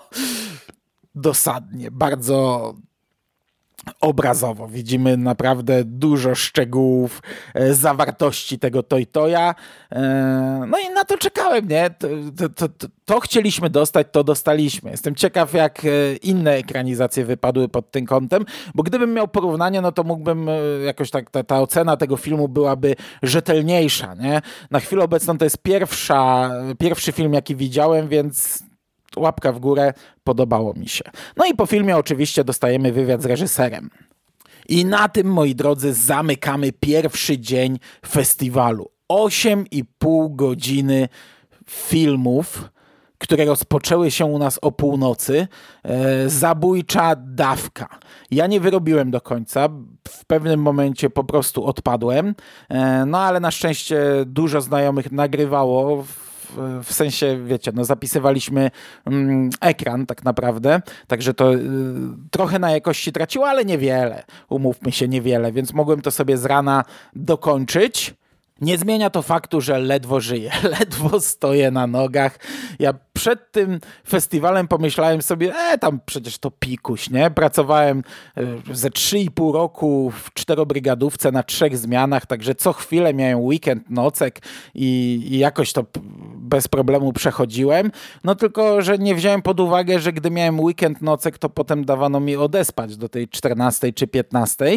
dosadnie, bardzo obrazowo. Widzimy naprawdę dużo szczegółów, zawartości tego toj-toja. No i na to czekałem, nie? To chcieliśmy dostać, to dostaliśmy. Jestem ciekaw, jak inne ekranizacje wypadły pod tym kątem, bo gdybym miał porównanie, no to mógłbym jakoś tak, ta ocena tego filmu byłaby rzetelniejsza, nie? Na chwilę obecną to jest pierwszy film, jaki widziałem, więc łapka w górę, podobało mi się. No i po filmie oczywiście dostajemy wywiad z reżyserem. I na tym, moi drodzy, zamykamy pierwszy dzień festiwalu. 8,5 godziny filmów, które rozpoczęły się u nas o północy. Zabójcza dawka. Ja nie wyrobiłem do końca. W pewnym momencie po prostu odpadłem. No ale na szczęście dużo znajomych nagrywało, w sensie, wiecie, no zapisywaliśmy ekran tak naprawdę, także to trochę na jakości traciło, ale niewiele, umówmy się, niewiele, więc mogłem to sobie z rana dokończyć. Nie zmienia to faktu, że ledwo żyję, ledwo stoję na nogach. Ja przed tym festiwalem pomyślałem sobie, tam przecież to pikuś, nie? Pracowałem ze 3,5 roku w 4-brygadówce na 3 zmianach, także co chwilę miałem weekend, nocek i jakoś to bez problemu przechodziłem. No tylko, że nie wziąłem pod uwagę, że gdy miałem weekend, nocek, to potem dawano mi odespać do tej 14 czy 15,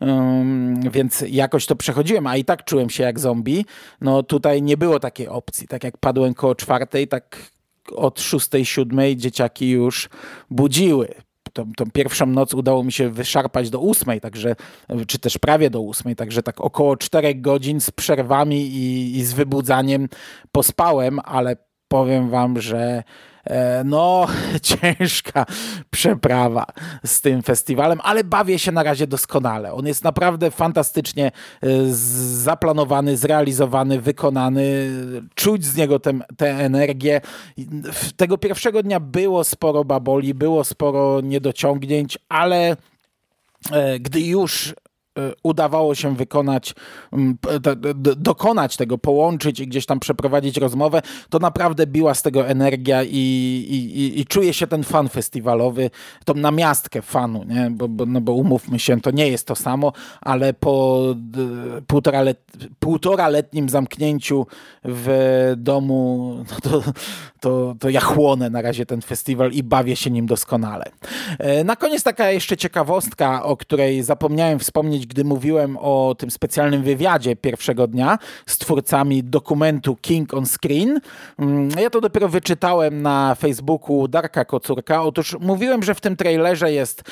więc jakoś to przechodziłem, a i tak czułem się jak zombie. No tutaj nie było takiej opcji. Tak jak padłem koło 4, tak od 6, 7 dzieciaki już budziły. Tą pierwszą noc udało mi się wyszarpać do 8, także, czy też prawie do 8, także tak około 4 godzin z przerwami i z wybudzaniem pospałem, ale powiem wam, że no ciężka przeprawa z tym festiwalem, ale bawię się na razie doskonale. On jest naprawdę fantastycznie zaplanowany, zrealizowany, wykonany. Czuć z niego tę energię. Tego pierwszego dnia było sporo baboli, było sporo niedociągnięć, ale gdy już udawało się dokonać tego, połączyć i gdzieś tam przeprowadzić rozmowę, to naprawdę biła z tego energia i czuje się ten fan festiwalowy, tą namiastkę fanu, nie? Bo umówmy się, to nie jest to samo, ale po półtoraletnim zamknięciu w domu, no to ja chłonę na razie ten festiwal i bawię się nim doskonale. Na koniec taka jeszcze ciekawostka, o której zapomniałem wspomnieć, gdy mówiłem o tym specjalnym wywiadzie pierwszego dnia z twórcami dokumentu King on Screen. Ja to dopiero wyczytałem na Facebooku Darka Kocurka. Otóż mówiłem, że w tym trailerze jest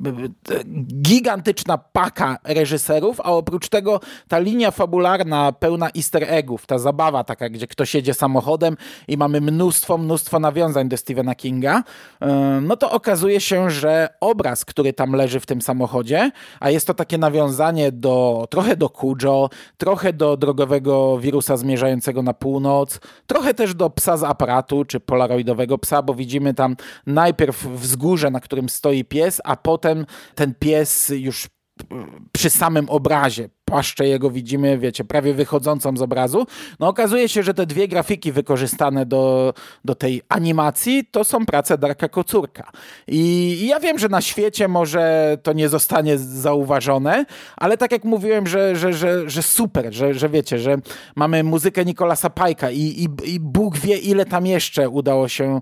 gigantyczna paka reżyserów, a oprócz tego ta linia fabularna pełna easter eggów, ta zabawa taka, gdzie ktoś jedzie samochodem i mamy mnóstwo nawiązań do Stephena Kinga, no to okazuje się, że obraz, który tam leży w tym samochodzie, a jest to takie nawiązanie trochę do Cujo, trochę do drogowego wirusa zmierzającego na północ, trochę też do psa z aparatu, czy polaroidowego psa, bo widzimy tam najpierw wzgórze, na którym stoi pies, a potem ten pies już przy samym obrazie. Płaszczę jego widzimy, wiecie, prawie wychodzącą z obrazu. No okazuje się, że te dwie grafiki wykorzystane do tej animacji to są prace Darka Kocurka. I ja wiem, że na świecie może to nie zostanie zauważone, ale tak jak mówiłem, że super, że wiecie, że mamy muzykę Nicolasa Pike'a i Bóg wie, ile tam jeszcze udało się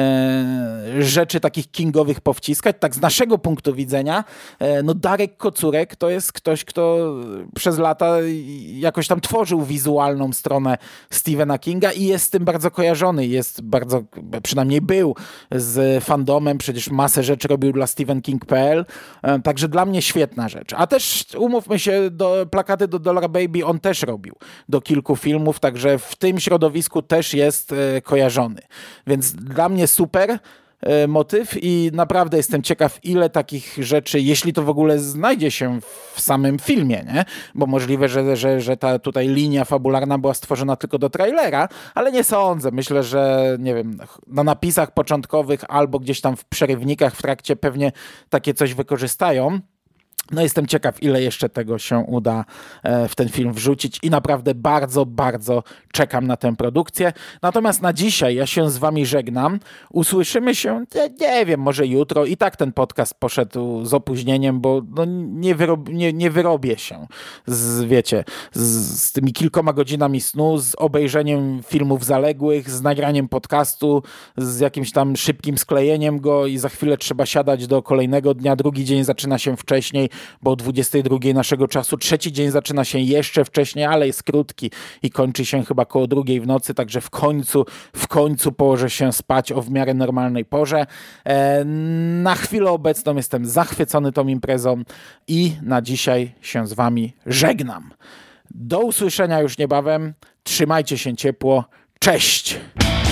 rzeczy takich kingowych powciskać. Tak z naszego punktu widzenia, no Darek Kocurek to jest ktoś, kto przez lata jakoś tam tworzył wizualną stronę Stephena Kinga i jest z tym bardzo kojarzony. Jest bardzo, przynajmniej był z fandomem, przecież masę rzeczy robił dla stephenking.pl, także dla mnie świetna rzecz. A też umówmy się, plakaty do Dollar Baby on też robił do kilku filmów, także w tym środowisku też jest kojarzony. Więc dla mnie super. motyw i naprawdę jestem ciekaw, ile takich rzeczy, jeśli to w ogóle znajdzie się w samym filmie, nie? Bo możliwe, że ta tutaj linia fabularna była stworzona tylko do trailera, ale nie sądzę. Myślę, że nie wiem, na napisach początkowych albo gdzieś tam w przerywnikach w trakcie pewnie takie coś wykorzystają. No jestem ciekaw, ile jeszcze tego się uda w ten film wrzucić i naprawdę bardzo, bardzo czekam na tę produkcję. Natomiast na dzisiaj ja się z wami żegnam. Usłyszymy się, nie wiem, może jutro. I tak ten podcast poszedł z opóźnieniem, bo no nie wyrobię się z tymi kilkoma godzinami snu, z obejrzeniem filmów zaległych, z nagraniem podcastu, z jakimś tam szybkim sklejeniem go i za chwilę trzeba siadać do kolejnego dnia. Drugi dzień zaczyna się wcześniej, bo o 22 naszego czasu. Trzeci dzień zaczyna się jeszcze wcześniej, ale jest krótki i kończy się chyba koło 2 w nocy, także w końcu położę się spać o w miarę normalnej porze. Na chwilę obecną jestem zachwycony tą imprezą i na dzisiaj się z wami żegnam. Do usłyszenia już niebawem. Trzymajcie się ciepło. Cześć!